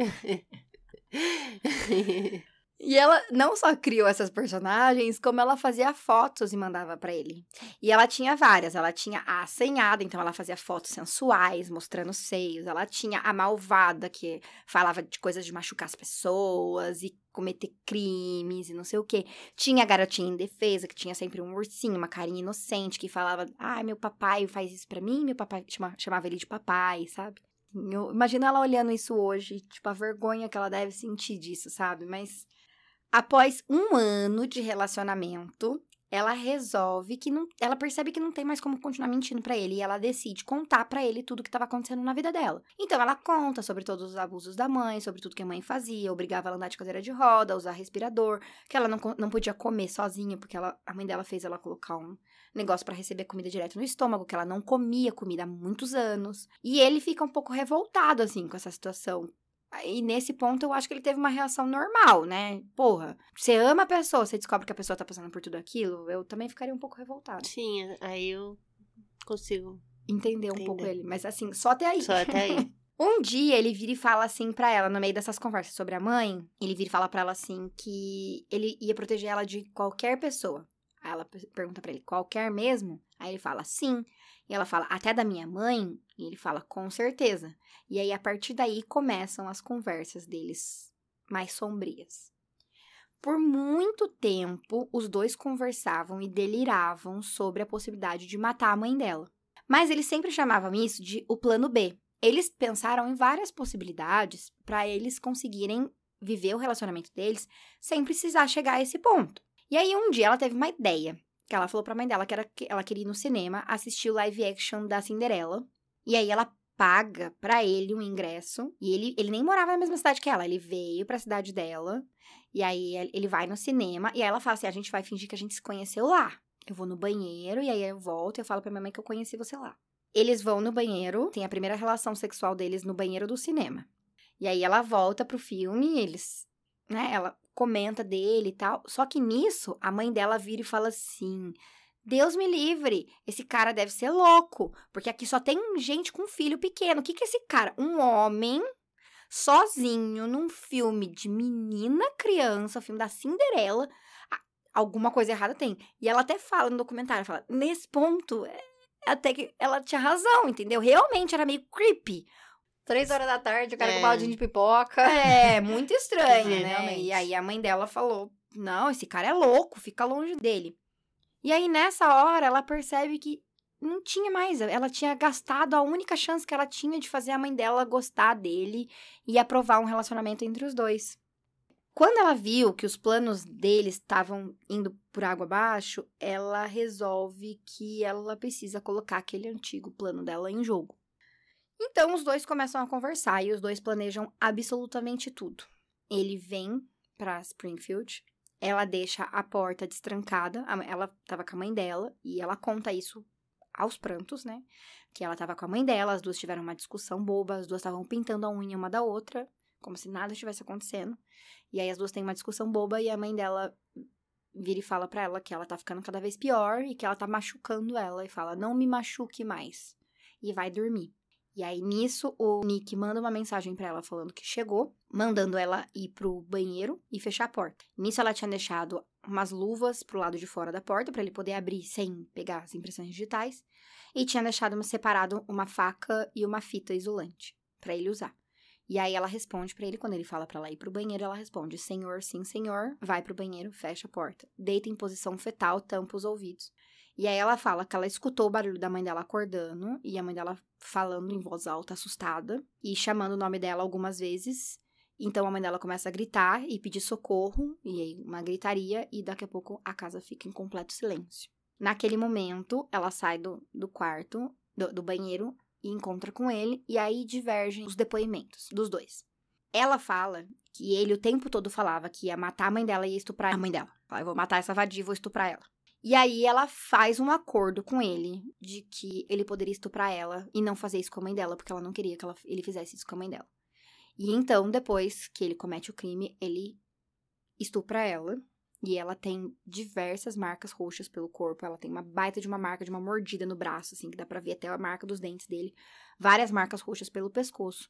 E ela não só criou essas personagens, como ela fazia fotos e mandava pra ele. E ela tinha várias. Ela tinha a assanhada, então ela fazia fotos sensuais, mostrando seios. Ela tinha a malvada, que falava de coisas de machucar as pessoas e cometer crimes e não sei o quê. Tinha a garotinha indefesa, que tinha sempre um ursinho, uma carinha inocente, que falava, meu papai faz isso pra mim, meu papai chamava ele de papai, sabe? Imagina ela olhando isso hoje, tipo, a vergonha que ela deve sentir disso, sabe? Mas após 1 ano de relacionamento, ela resolve que não... Ela percebe que não tem mais como continuar mentindo pra ele. E ela decide contar pra ele tudo que tava acontecendo na vida dela. Então, ela conta sobre todos os abusos da mãe, sobre tudo que a mãe fazia, obrigava ela a andar de cadeira de roda, usar respirador, que ela não podia comer sozinha, porque a mãe dela fez ela colocar um negócio pra receber comida direto no estômago, que ela não comia comida há muitos anos. E ele fica um pouco revoltado, assim, com essa situação. E nesse ponto, eu acho que ele teve uma reação normal, né? Porra, você ama a pessoa, você descobre que a pessoa tá passando por tudo aquilo, eu também ficaria um pouco revoltada. Sim, aí eu consigo Entender um pouco ele, mas assim, só até aí. Só até aí. Um dia, ele vira e fala assim pra ela, no meio dessas conversas sobre a mãe, ele vira e fala pra ela assim, que ele ia proteger ela de qualquer pessoa. Aí ela pergunta pra ele, qualquer mesmo? Aí ele fala, sim. E ela fala, até da minha mãe? E ele fala, com certeza. E aí, a partir daí, começam as conversas deles mais sombrias. Por muito tempo, os dois conversavam e deliravam sobre a possibilidade de matar a mãe dela. Mas eles sempre chamavam isso de o plano B. Eles pensaram em várias possibilidades para eles conseguirem viver o relacionamento deles sem precisar chegar a esse ponto. E aí, um dia, ela teve uma ideia. Que ela falou pra mãe dela que ela queria ir no cinema assistir o live action da Cinderela. E aí ela paga pra ele um ingresso. E ele nem morava na mesma cidade que ela. Ele veio pra cidade dela. E aí ele vai no cinema. E aí ela fala assim, a gente vai fingir que a gente se conheceu lá. Eu vou no banheiro e aí eu volto e eu falo pra minha mãe que eu conheci você lá. Eles vão no banheiro. Tem a primeira relação sexual deles no banheiro do cinema. E aí ela volta pro filme, eles... né, ela comenta dele e tal. Só que nisso, a mãe dela vira e fala assim, Deus me livre, esse cara deve ser louco, porque aqui só tem gente com filho pequeno. O que é esse cara? Um homem sozinho num filme de menina criança, filme da Cinderela. Alguma coisa errada tem. E ela até fala no documentário, fala, nesse ponto, até que ela tinha razão, entendeu? Realmente era meio creepy. 3 horas da tarde, o cara com baldinho de pipoca. É, muito estranho, né? Realmente. E aí a mãe dela falou, não, esse cara é louco, fica longe dele. E aí nessa hora ela percebe que não tinha mais, ela tinha gastado a única chance que ela tinha de fazer a mãe dela gostar dele e aprovar um relacionamento entre os dois. Quando ela viu que os planos deles estavam indo por água abaixo, ela resolve que ela precisa colocar aquele antigo plano dela em jogo. Então, os dois começam a conversar e os dois planejam absolutamente tudo. Ele vem pra Springfield, ela deixa a porta destrancada, ela tava com a mãe dela e ela conta isso aos prantos, né? Que ela tava com a mãe dela, as duas tiveram uma discussão boba, as duas estavam pintando a unha uma da outra, como se nada estivesse acontecendo. E aí as duas têm uma discussão boba e a mãe dela vira e fala pra ela que ela tá ficando cada vez pior e que ela tá machucando ela e fala, não me machuque mais. E vai dormir. E aí, nisso, o Nick manda uma mensagem pra ela falando que chegou, mandando ela ir pro banheiro e fechar a porta. Nisso, ela tinha deixado umas luvas pro lado de fora da porta, pra ele poder abrir sem pegar as impressões digitais, e tinha deixado separado uma faca e uma fita isolante pra ele usar. E aí, ela responde pra ele, quando ele fala pra ela ir pro banheiro, ela responde, senhor, sim, senhor, vai pro banheiro, fecha a porta. Deita em posição fetal, tampa os ouvidos. E aí ela fala que ela escutou o barulho da mãe dela acordando e a mãe dela falando em voz alta, assustada, e chamando o nome dela algumas vezes. Então a mãe dela começa a gritar e pedir socorro, e aí uma gritaria, e daqui a pouco a casa fica em completo silêncio. Naquele momento, ela sai do quarto, do banheiro, e encontra com ele, e aí divergem os depoimentos dos dois. Ela fala que ele o tempo todo falava que ia matar a mãe dela e ia estuprar a mãe dela. Fala, eu vou matar essa vadia e vou estuprar ela. E aí ela faz um acordo com ele de que ele poderia estuprar ela e não fazer isso com a mãe dela, porque ela não queria que ele fizesse isso com a mãe dela. E então, depois que ele comete o crime, ele estupra ela. E ela tem diversas marcas roxas pelo corpo. Ela tem uma baita de uma marca de uma mordida no braço, assim, que dá pra ver até a marca dos dentes dele. Várias marcas roxas pelo pescoço.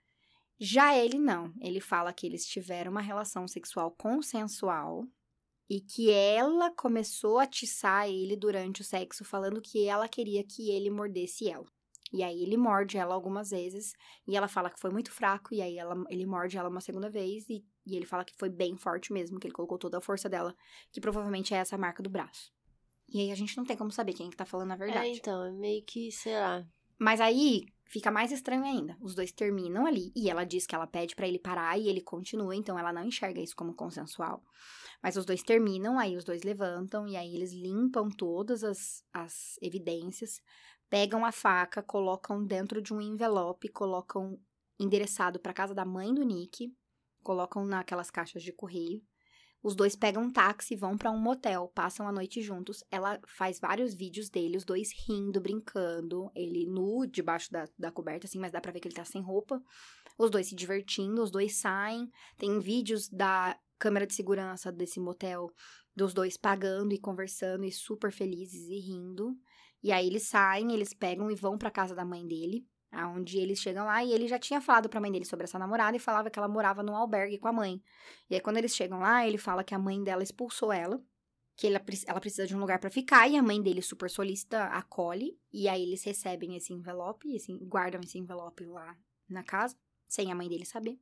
Já ele não. Ele fala que eles tiveram uma relação sexual consensual e que ela começou a atiçar ele durante o sexo, falando que ela queria que ele mordesse ela. E aí ele morde ela algumas vezes, e ela fala que foi muito fraco, e aí ele morde ela uma segunda vez, e ele fala que foi bem forte mesmo, que ele colocou toda a força dela, que provavelmente é essa marca do braço. E aí a gente não tem como saber quem que tá falando a verdade. É, então, é meio que, sei lá. Mas aí, fica mais estranho ainda. Os dois terminam ali e ela diz que ela pede pra ele parar e ele continua, então ela não enxerga isso como consensual. Mas os dois terminam, aí os dois levantam e aí eles limpam todas as evidências, pegam a faca, colocam dentro de um envelope, colocam endereçado pra casa da mãe do Nick, colocam naquelas caixas de correio. Os dois pegam um táxi e vão pra um motel, passam a noite juntos. Ela faz vários vídeos dele, os dois rindo, brincando. Ele nu, debaixo da coberta, assim, mas dá pra ver que ele tá sem roupa. Os dois se divertindo, os dois saem. Tem vídeos da câmera de segurança desse motel, dos dois pagando e conversando e super felizes e rindo. E aí eles saem, eles pegam e vão pra casa da mãe dele. Onde eles chegam lá e ele já tinha falado pra mãe dele sobre essa namorada e falava que ela morava num albergue com a mãe. E aí quando eles chegam lá, ele fala que a mãe dela expulsou ela, que ela precisa de um lugar pra ficar e a mãe dele, super solícita, acolhe. E aí eles recebem esse envelope, guardam esse envelope lá na casa, sem a mãe dele saber.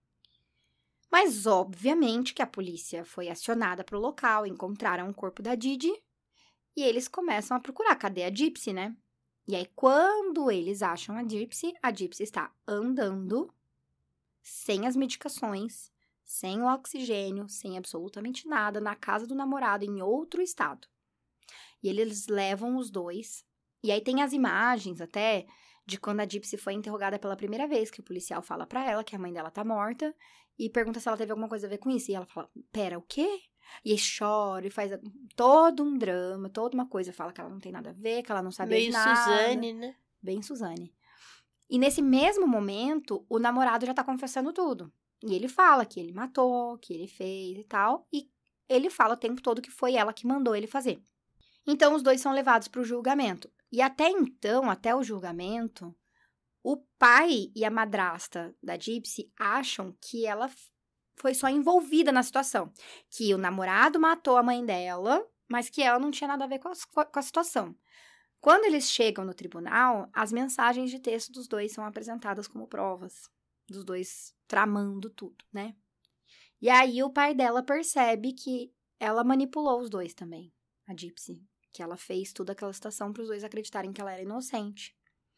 Mas obviamente que a polícia foi acionada pro local, encontraram o corpo da Didi e eles começam a procurar. Cadê a Gypsy, né? E aí, quando eles acham a Gypsy está andando, sem as medicações, sem o oxigênio, sem absolutamente nada, na casa do namorado, em outro estado. E eles levam os dois. E aí tem as imagens, até, de quando a Gypsy foi interrogada pela primeira vez, que o policial fala pra ela que a mãe dela tá morta, e pergunta se ela teve alguma coisa a ver com isso. E ela fala, pera, o quê? E aí chora e faz todo um drama, toda uma coisa. Fala que ela não tem nada a ver, que ela não sabe Meio nada. Suzane, né? Bem Suzane. E nesse mesmo momento, o namorado já tá confessando tudo. E ele fala que ele matou, que ele fez e tal. E ele fala o tempo todo que foi ela que mandou ele fazer. Então, os dois são levados pro julgamento. E até então, até o julgamento, o pai e a madrasta da Gypsy acham que ela foi só envolvida na situação. Que o namorado matou a mãe dela, mas que ela não tinha nada a ver com a situação. Quando eles chegam no tribunal, as mensagens de texto dos dois são apresentadas como provas. Dos dois tramando tudo, né? E aí o pai dela percebe que ela manipulou os dois também, a Gypsy. Que ela fez toda aquela situação para os dois acreditarem que ela era inocente.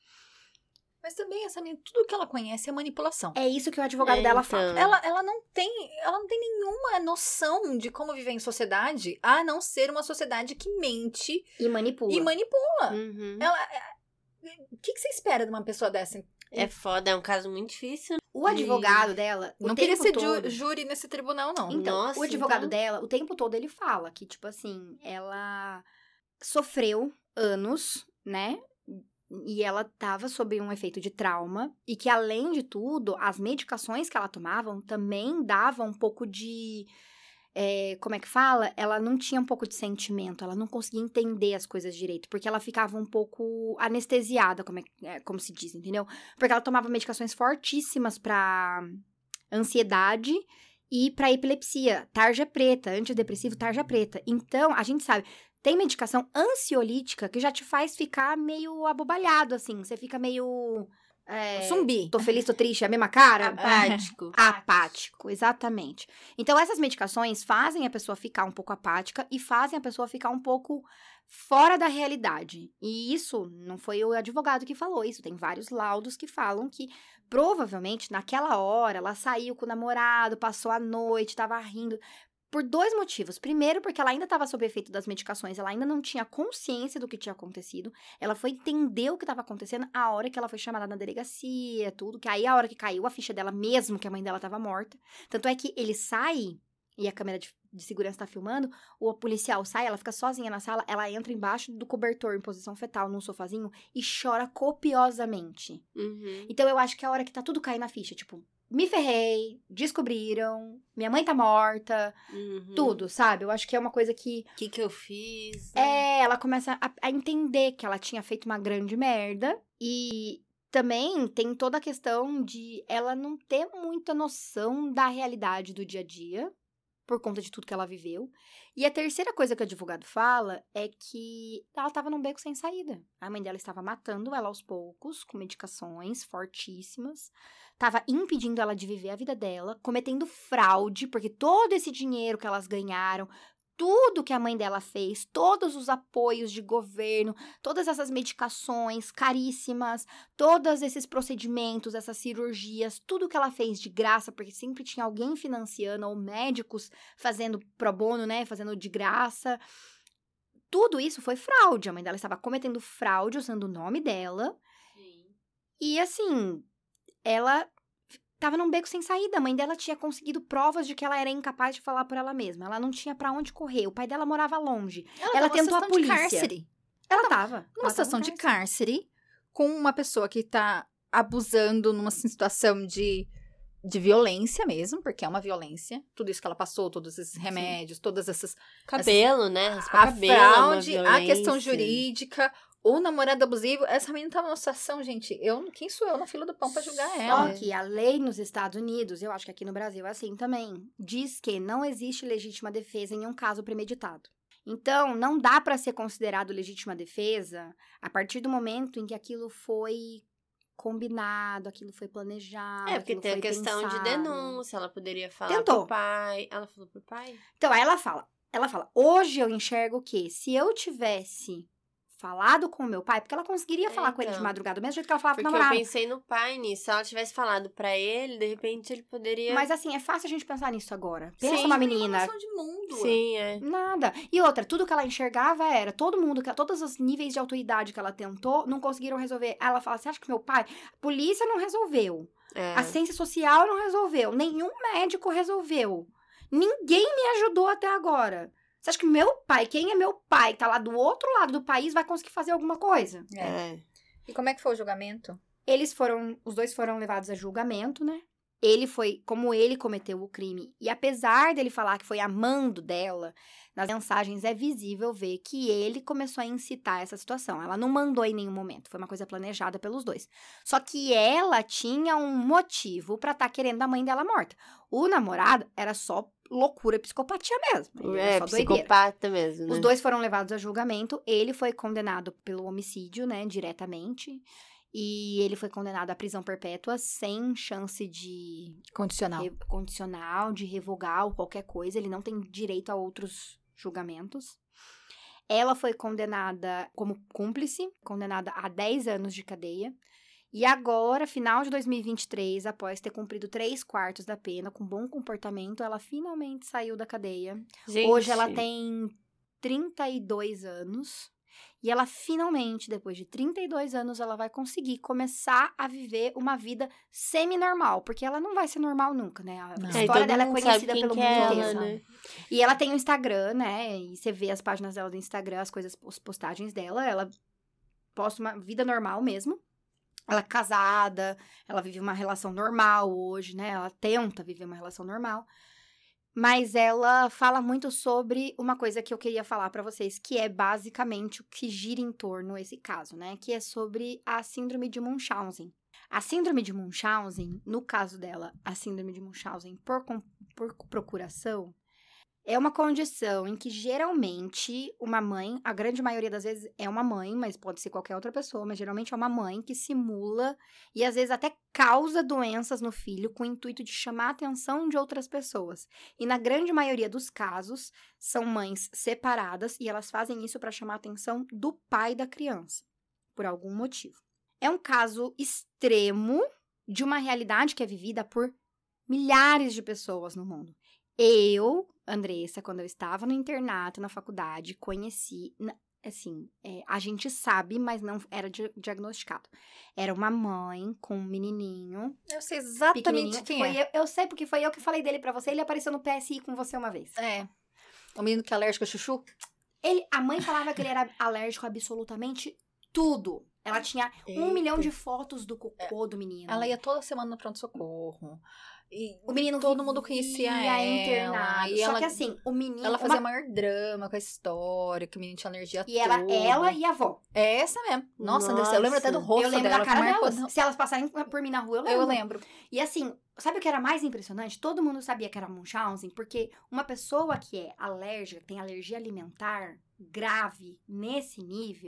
Mas também essa menina, tudo que ela conhece é manipulação. É isso que o advogado dela fala. Ela não tem nenhuma noção de como viver em sociedade, a não ser uma sociedade que mente e manipula. Uhum. O que você espera de uma pessoa dessa? É foda, é um caso muito difícil. O advogado dela, não queria ser júri nesse tribunal, não. Então, Nossa, o advogado dela, o tempo todo ele fala que, tipo assim, ela sofreu anos, né? E ela tava sob um efeito de trauma. E que, além de tudo, as medicações que ela tomava também davam um pouco de... como é que fala? Ela não tinha um pouco de sentimento. Ela não conseguia entender as coisas direito. Porque ela ficava um pouco anestesiada, como se diz, entendeu? Porque ela tomava medicações fortíssimas pra ansiedade e pra epilepsia. Tarja preta, antidepressivo, tarja preta. Então, a gente sabe... Tem medicação ansiolítica que já te faz ficar meio abobalhado, assim. Você fica meio... zumbi. Tô feliz, tô triste, é a mesma cara? Apático. Apático, exatamente. Então, essas medicações fazem a pessoa ficar um pouco apática e fazem a pessoa ficar um pouco fora da realidade. E isso não foi o advogado que falou isso. Tem vários laudos que falam que, provavelmente, naquela hora, ela saiu com o namorado, passou a noite, tava rindo... Por 2 motivos. Primeiro, porque ela ainda estava sob efeito das medicações, ela ainda não tinha consciência do que tinha acontecido. Ela foi entender o que estava acontecendo a hora que ela foi chamada na delegacia, tudo. Que aí, a hora que caiu a ficha dela mesmo, que a mãe dela estava morta. Tanto é que ele sai, e a câmera de segurança está filmando, o policial sai, ela fica sozinha na sala, ela entra embaixo do cobertor em posição fetal, num sofazinho, e chora copiosamente. Uhum. Então, eu acho que é a hora que tá tudo caindo na ficha, tipo... Me ferrei, descobriram, minha mãe tá morta, tudo, sabe? Eu acho que é uma coisa que... O que eu fiz? Né? Ela começa a entender que ela tinha feito uma grande merda. E também tem toda a questão de ela não ter muita noção da realidade do dia a dia, por conta de tudo que ela viveu. E a terceira coisa que o advogado fala é que ela tava num beco sem saída. A mãe dela estava matando ela aos poucos, com medicações fortíssimas. Tava impedindo ela de viver a vida dela, cometendo fraude, porque todo esse dinheiro que elas ganharam tudo que a mãe dela fez, todos os apoios de governo, todas essas medicações caríssimas, todos esses procedimentos, essas cirurgias, tudo que ela fez de graça, porque sempre tinha alguém financiando, ou médicos fazendo pro bono, né, fazendo de graça. Tudo isso foi fraude. A mãe dela estava cometendo fraude usando o nome dela. Sim. E assim, ela tava num beco sem saída. A mãe dela tinha conseguido provas de que ela era incapaz de falar por ela mesma. Ela não tinha pra onde correr. O pai dela morava longe. Ela tentou a polícia. De cárcere. Ela tava. Numa situação de cárcere, com uma pessoa que tá abusando numa situação de violência mesmo, porque é uma violência. Tudo isso que ela passou, todos esses remédios, todas essas... Cabelo, né? Raspar A cabelo, fraude, uma a questão violência. jurídica, o namorado abusivo. Essa menina tá numa situação, gente, quem sou eu na fila do pão pra julgar ela? Só que a lei nos Estados Unidos, eu acho que aqui no Brasil é assim também, diz que não existe legítima defesa em um caso premeditado. Então, não dá pra ser considerado legítima defesa a partir do momento em que aquilo foi combinado, aquilo foi planejado. Porque aquilo tem a foi questão de pensado. denúncia, ela poderia falar Tentou. pro pai. Ela falou pro pai? Então, aí ela fala, hoje eu enxergo que se eu tivesse falado com o meu pai, porque ela conseguiria falar com ele de então. madrugada, do mesmo jeito que ela falava com o Porque eu namorado. pensei no pai nisso. Se ela tivesse falado pra ele, de repente ele poderia... Mas assim, é fácil a gente pensar nisso agora. Pensa Sim, uma Uma menina. noção de mundo. Sim, é. Nada. E outra, tudo que ela enxergava era todo mundo, todos os níveis de autoridade que ela tentou, não conseguiram resolver. Aí ela fala, você acha que meu pai? A polícia não resolveu. É. A ciência social não resolveu. Nenhum médico resolveu. Ninguém me ajudou até agora. Você acha que meu pai, quem é meu pai, que tá lá do outro lado do país, vai conseguir fazer alguma coisa? É. E como é que foi o julgamento? Os dois foram levados a julgamento, né? Como ele cometeu o crime, e apesar dele falar que foi amando dela, nas mensagens é visível ver que ele começou a incitar essa situação. Ela não mandou em nenhum momento, foi uma coisa planejada pelos dois. Só que ela tinha um motivo pra estar querendo a mãe dela morta. O namorado era só loucura e psicopatia mesmo. Ele era só doideira. Psicopata mesmo, né? Os dois foram levados a julgamento. Ele foi condenado pelo homicídio, né, diretamente. E ele foi condenado à prisão perpétua sem chance de Condicional. condicional, de revogar ou qualquer coisa. Ele não tem direito a outros julgamentos. Ela foi condenada como cúmplice, condenada a 10 anos de cadeia. E agora, final de 2023, após ter cumprido 3/4 da pena, com bom comportamento, ela finalmente saiu da cadeia. Gente, Hoje ela tem 32 anos. E ela finalmente, depois de 32 anos, ela vai conseguir começar a viver uma vida semi-normal. Porque ela não vai ser normal nunca, né? A Não. história todo dela é mundo conhecida sabe pelo quem mundo que é inteiro. ela, né? E ela tem um Instagram, né? E você vê as páginas dela do Instagram, as postagens dela. Ela posta uma vida normal mesmo. Ela é casada, ela vive uma relação normal hoje, né? Ela tenta viver uma relação normal. Mas ela fala muito sobre uma coisa que eu queria falar pra vocês, que é basicamente o que gira em torno esse caso, né? Que é sobre a síndrome de Munchausen. A síndrome de Munchausen, no caso dela, a síndrome de Munchausen por procuração, é uma condição em que geralmente uma mãe, a grande maioria das vezes é uma mãe, mas pode ser qualquer outra pessoa, mas geralmente é uma mãe que simula e às vezes até causa doenças no filho com o intuito de chamar a atenção de outras pessoas. E na grande maioria dos casos, são mães separadas e elas fazem isso para chamar a atenção do pai da criança, por algum motivo. É um caso extremo de uma realidade que é vivida por milhares de pessoas no mundo. Eu, Andressa, quando eu estava no internato, na faculdade, conheci, assim, a gente sabe, mas não era diagnosticado. Era uma mãe com um menininho. Eu sei exatamente quem é. Eu sei porque foi eu que falei dele pra você, ele apareceu no PSI com você uma vez. É. O menino que é alérgico a chuchu? A mãe falava que ele era alérgico a absolutamente tudo. Ela tinha 1 milhão de fotos do cocô do menino. Ela ia toda semana no pronto-socorro. E o menino todo mundo conhecia ela. Internado. E Só ela, que assim, o menino... ela fazia maior drama com a história, que o menino tinha alergia a tudo. E ela e a avó. É essa mesmo. Nossa, Andressa, eu lembro até do rosto dela. Eu lembro dela. da cara marcou... delas. Se elas passarem por mim na rua, eu lembro. Eu lembro. E assim, sabe o que era mais impressionante? Todo mundo sabia que era Munchausen, porque uma pessoa que é alérgica, tem alergia alimentar grave nesse nível,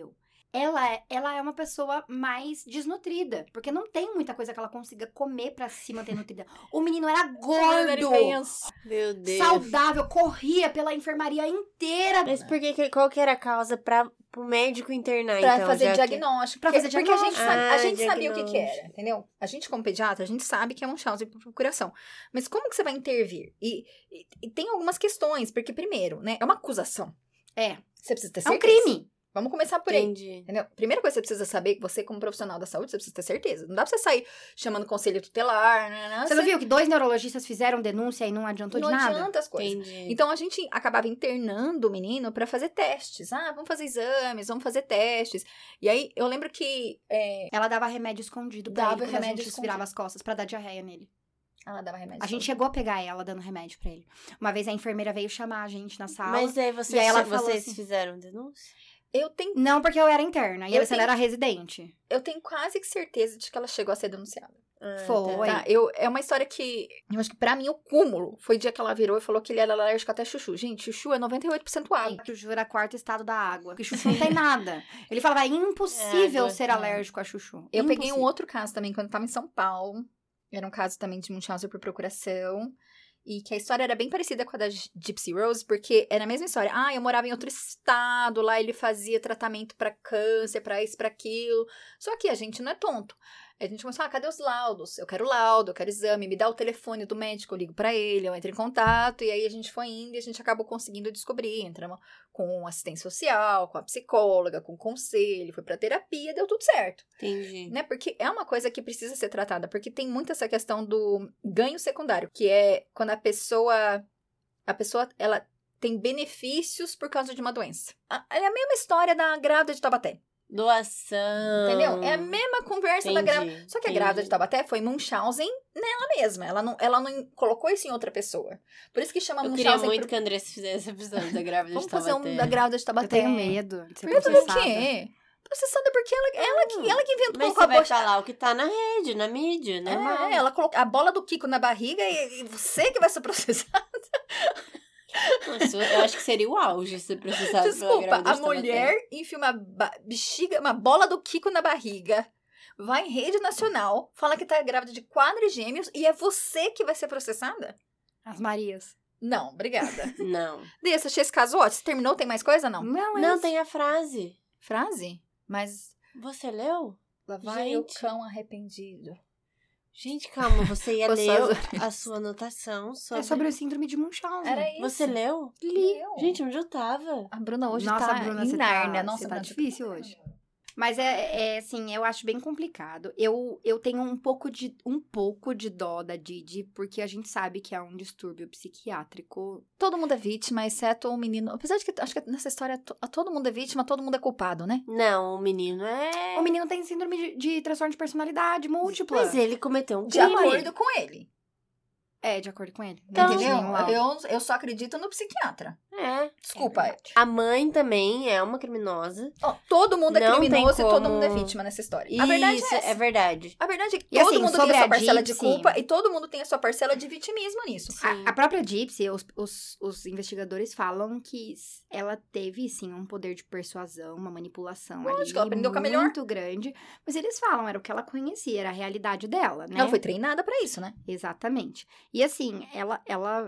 ela é uma pessoa mais desnutrida. Porque não tem muita coisa que ela consiga comer pra se manter nutrida. O menino era gordo, Meu Deus. saudável, corria pela enfermaria inteira. Mas qual que era a causa pro médico internar, Pra então? fazer já que- diagnóstico. Pra fazer Porque a gente, diagnóstico. sabe, a gente sabia o diagnóstico. que era, entendeu? A gente, como pediatra, a gente sabe que é um Munchausen por procuração. Mas como que você vai intervir? E tem algumas questões, porque primeiro, né, é uma acusação. É. Você precisa ter É um certeza. crime. Vamos começar por aí. Entendi. Entendeu? Primeira coisa que você precisa saber, que você, como profissional da saúde, você precisa ter certeza. Não dá pra você sair chamando conselho tutelar, né? Você não viu que 2 neurologistas fizeram denúncia e não adiantou Não de nada? adianta as coisas. Entendi. Então, a gente acabava internando o menino pra fazer testes. Ah, vamos fazer exames, vamos fazer testes. E aí, eu lembro que Ela dava remédio escondido pra Dava ele quando remédio a gente escondido. virava as costas pra dar diarreia nele. ela dava remédio. A gente chegou a pegar ela dando remédio pra ele. Uma vez a enfermeira veio chamar a gente na sala. Mas aí E aí ela falou vocês assim- fizeram denúncia? Eu tenho, Não, porque eu era interna e Eu a Alessandra tenho- era residente. eu tenho quase que certeza de que ela chegou a ser denunciada. Ah, Foi. Tá? É uma história que, eu acho que pra mim, o cúmulo foi o dia que ela virou e falou que ele era alérgico até chuchu. Gente, chuchu é 98% água. Que o chuchu era quarto estado da água. Porque chuchu não tem nada. Ele falava, é impossível água, ser é. alérgico a chuchu. Eu peguei um Impossível. outro caso também, quando eu tava em São Paulo. Era um caso também de Munchausen por procuração. E que a história era bem parecida com a da Gypsy Rose, porque era a mesma história. Ah, eu morava em outro estado, lá ele fazia tratamento pra câncer, pra isso, pra aquilo. Só que a gente não é tonto. A gente começou, cadê os laudos? Eu quero laudo, eu quero exame, me dá o telefone do médico, eu ligo pra ele, eu entro em contato. E aí a gente foi indo e a gente acabou conseguindo descobrir. Entramos com assistência social, com a psicóloga, com conselho, foi pra terapia, deu tudo certo. Entendi. Né? Porque é uma coisa que precisa ser tratada, porque tem muito essa questão do ganho secundário, que é quando a pessoa ela tem benefícios por causa de uma doença. É a mesma história da grávida de Taubaté, Doação. entendeu? É a mesma conversa da grávida. Entendi, Só que a entendi. grávida de Taubaté foi Munchausen nela mesma, ela não colocou isso em outra pessoa. Por isso que chama Eu queria Munchausen. muito que a Andressa fizesse episódio da grávida Vamos de fazer Taubaté. um da grávida de Eu Taubaté. tenho medo de ser Medo do processada. quê? Processada porque ela que inventou Mas com a você vai bosta. falar o que tá na rede, na mídia, né? É, ela colocou a bola do Kiko na barriga e você que vai ser processada. Nossa, eu acho que seria o auge ser processado pela Desculpa, grávida a de Taubaté. mulher enfia uma bexiga, uma bola do Kiko na barriga, vai em rede nacional, fala que tá grávida de quadrigêmeos e é você que vai ser processada? As Marias. Não, obrigada. Não. Desse, achei esse caso ótimo. Você terminou? Tem mais coisa, não? Não, Não, tem a frase. Frase? Mas Você leu? lá vai o Gente. cão arrependido. Gente, calma, você ia Coçou ler as orelhas. a sua anotação sobre... É sobre o síndrome de Munchausen. Era isso. Você leu? Li. Gente, onde eu tava? A Bruna hoje Nossa, tá Bruna, em você Nárnia. tá, Nossa, você tá Bruna, difícil hoje. Mas assim, eu acho bem complicado. Eu tenho um pouco de dó da Didi, porque a gente sabe que é um distúrbio psiquiátrico. Todo mundo é vítima, exceto o menino. Apesar de que acho que nessa história todo mundo é vítima, todo mundo é culpado, né? Não, o menino é... O menino tem síndrome de transtorno de personalidade múltipla. Mas ele cometeu um De crime. acordo com ele. É, de acordo com ele. Então, Entendeu? Um laudo. Eu só acredito no psiquiatra. É. Desculpa. A mãe também é uma criminosa. Ó, todo mundo é Não criminoso tem e todo como- mundo é vítima nessa história. A verdade Isso, é essa. é verdade. A verdade é que E todo assim, mundo tem sobre a sua a parcela de Gypsy- culpa e todo mundo tem a sua parcela de vitimismo nisso. Sim. A própria Gypsy, os investigadores falam que ela teve, sim, um poder de persuasão, uma manipulação Lógico, ali ela aprendeu com a melhor. muito grande. Mas eles falam, era o que ela conhecia, era a realidade dela, né? Ela foi treinada pra isso, né? Exatamente. E assim, ela...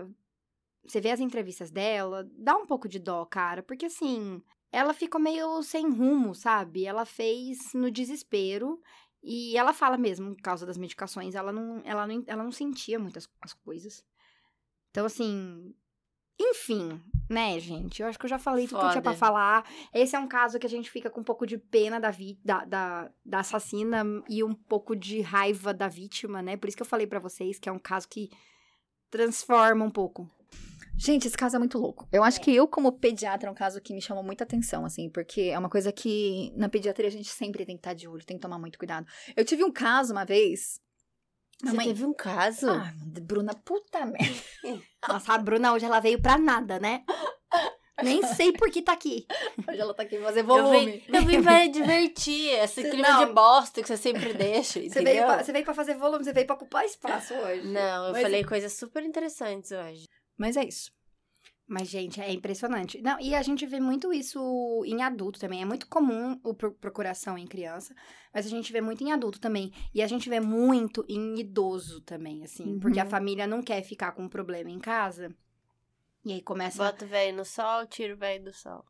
Você vê as entrevistas dela, dá um pouco de dó, cara. Porque assim, ela ficou meio sem rumo, sabe? Ela fez no desespero. E ela fala mesmo, por causa das medicações, ela não sentia muitas as coisas. Então, assim... Enfim, né, gente? Eu acho que eu já falei tudo que eu tinha pra Foda. falar. Esse é um caso que a gente fica com um pouco de pena da assassina e um pouco de raiva da vítima, né? Por isso que eu falei pra vocês que é um caso que transforma um pouco. Gente, esse caso é muito louco. Eu acho que eu, como pediatra, é um caso que me chamou muita atenção, assim, porque é uma coisa que na pediatria a gente sempre tem que estar de olho, tem que tomar muito cuidado. Eu tive um caso uma vez. Você teve um caso? Ah, Bruna, puta merda. Nossa, a Bruna hoje ela veio pra nada, né? Nem sei por que tá aqui. Hoje ela tá aqui pra fazer Eu volume. vim pra divertir, esse Você clima não. de bosta que você sempre deixa, Você entendeu? veio pra fazer volume, você veio pra ocupar espaço hoje. Não, eu Mas- falei coisas super interessantes hoje. Mas é isso. Mas, gente, é impressionante. Não, e a gente vê muito isso em adulto também. É muito comum o procuração em criança, mas a gente vê muito em adulto também. E a gente vê muito em idoso também, assim. Porque a família não quer ficar com um problema em casa. E aí começa... Bota o velho no sol, tira o velho do sol.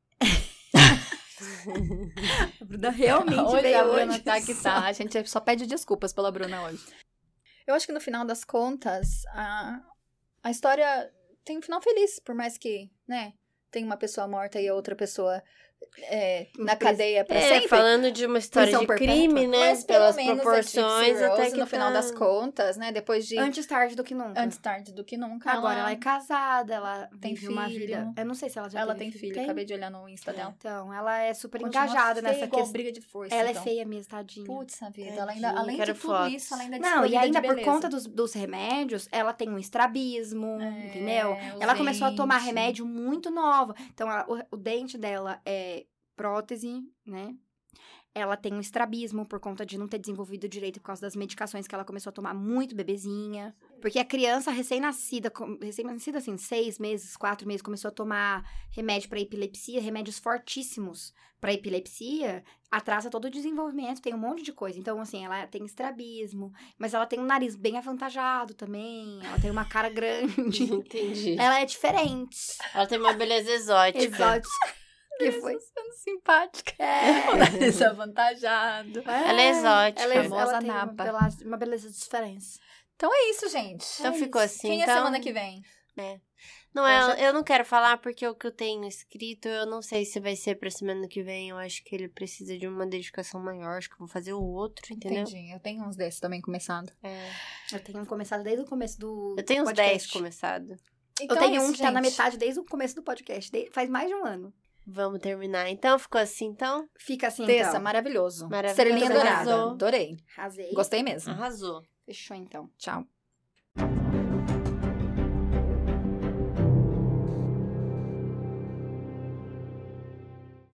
A Bruna realmente hoje veio a Bruna hoje. tá que tá. A gente só pede desculpas pela Bruna hoje. Eu acho que no final das contas, a história tem um final feliz, por mais que, né, tem uma pessoa morta e a outra pessoa na cadeia pra sempre. Falando de uma história Prisão de perpétua. crime, né? Mas pelo Pelas menos proporções, a Gypsy até Rose, que no final das contas, né, depois de... Antes tarde do que nunca. Antes tarde do que nunca. Agora ela é casada, ela tem vive uma filho. vida... Eu não sei se ela já Ela teve tem filho, Tem? acabei de olhar no Insta dela. Então, ela é super Continua engajada feia, nessa igual questão. briga de força, Ela então. é feia mesmo, tadinha. Putz, a vida. Tadinha, Ela ainda, além de quero tudo fotos. isso, ela ainda é Não, e desprovida ainda de por beleza. conta dos remédios, ela tem um estrabismo, entendeu? Ela começou a tomar dentes. remédio muito nova. Então, o dente dela é prótese, né? Ela tem um estrabismo por conta de não ter desenvolvido direito por causa das medicações que ela começou a tomar muito bebezinha. Porque a criança recém-nascida assim, 6 meses, 4 meses, começou a tomar remédio para epilepsia, remédios fortíssimos para epilepsia, atrasa todo o desenvolvimento, tem um monte de coisa. Então, assim, ela tem estrabismo, mas ela tem um nariz bem avantajado também, ela tem uma cara grande. Entendi. Ela é diferente. Ela tem uma beleza exótica. Exótica. Que foi? Sendo simpática. É. O nariz avantajado. Ela é exótica. Ela, Famosa ela tem napa. uma beleza diferente. Então é isso, gente. Então ficou assim. Quem é então... semana que vem? Não, eu não quero falar porque o que eu tenho escrito, eu não sei se vai ser pra semana que vem. Eu acho que ele precisa de uma dedicação maior. Acho que eu vou fazer o outro, entendeu? Entendi. Eu tenho uns desses também começado. Eu tenho começado desde o começo do Eu tenho uns podcast. 10 começado. Então Eu tenho é um isso, que tá na gente. metade desde o começo do podcast. Faz mais de um ano. Vamos terminar. Então, ficou assim, então? Fica assim, Tessa, então. maravilhoso. Maravilhoso. Estrelinha dourada. Arrasou. Adorei. Arrasei. Gostei mesmo. Arrasou. Fechou, então. Tchau.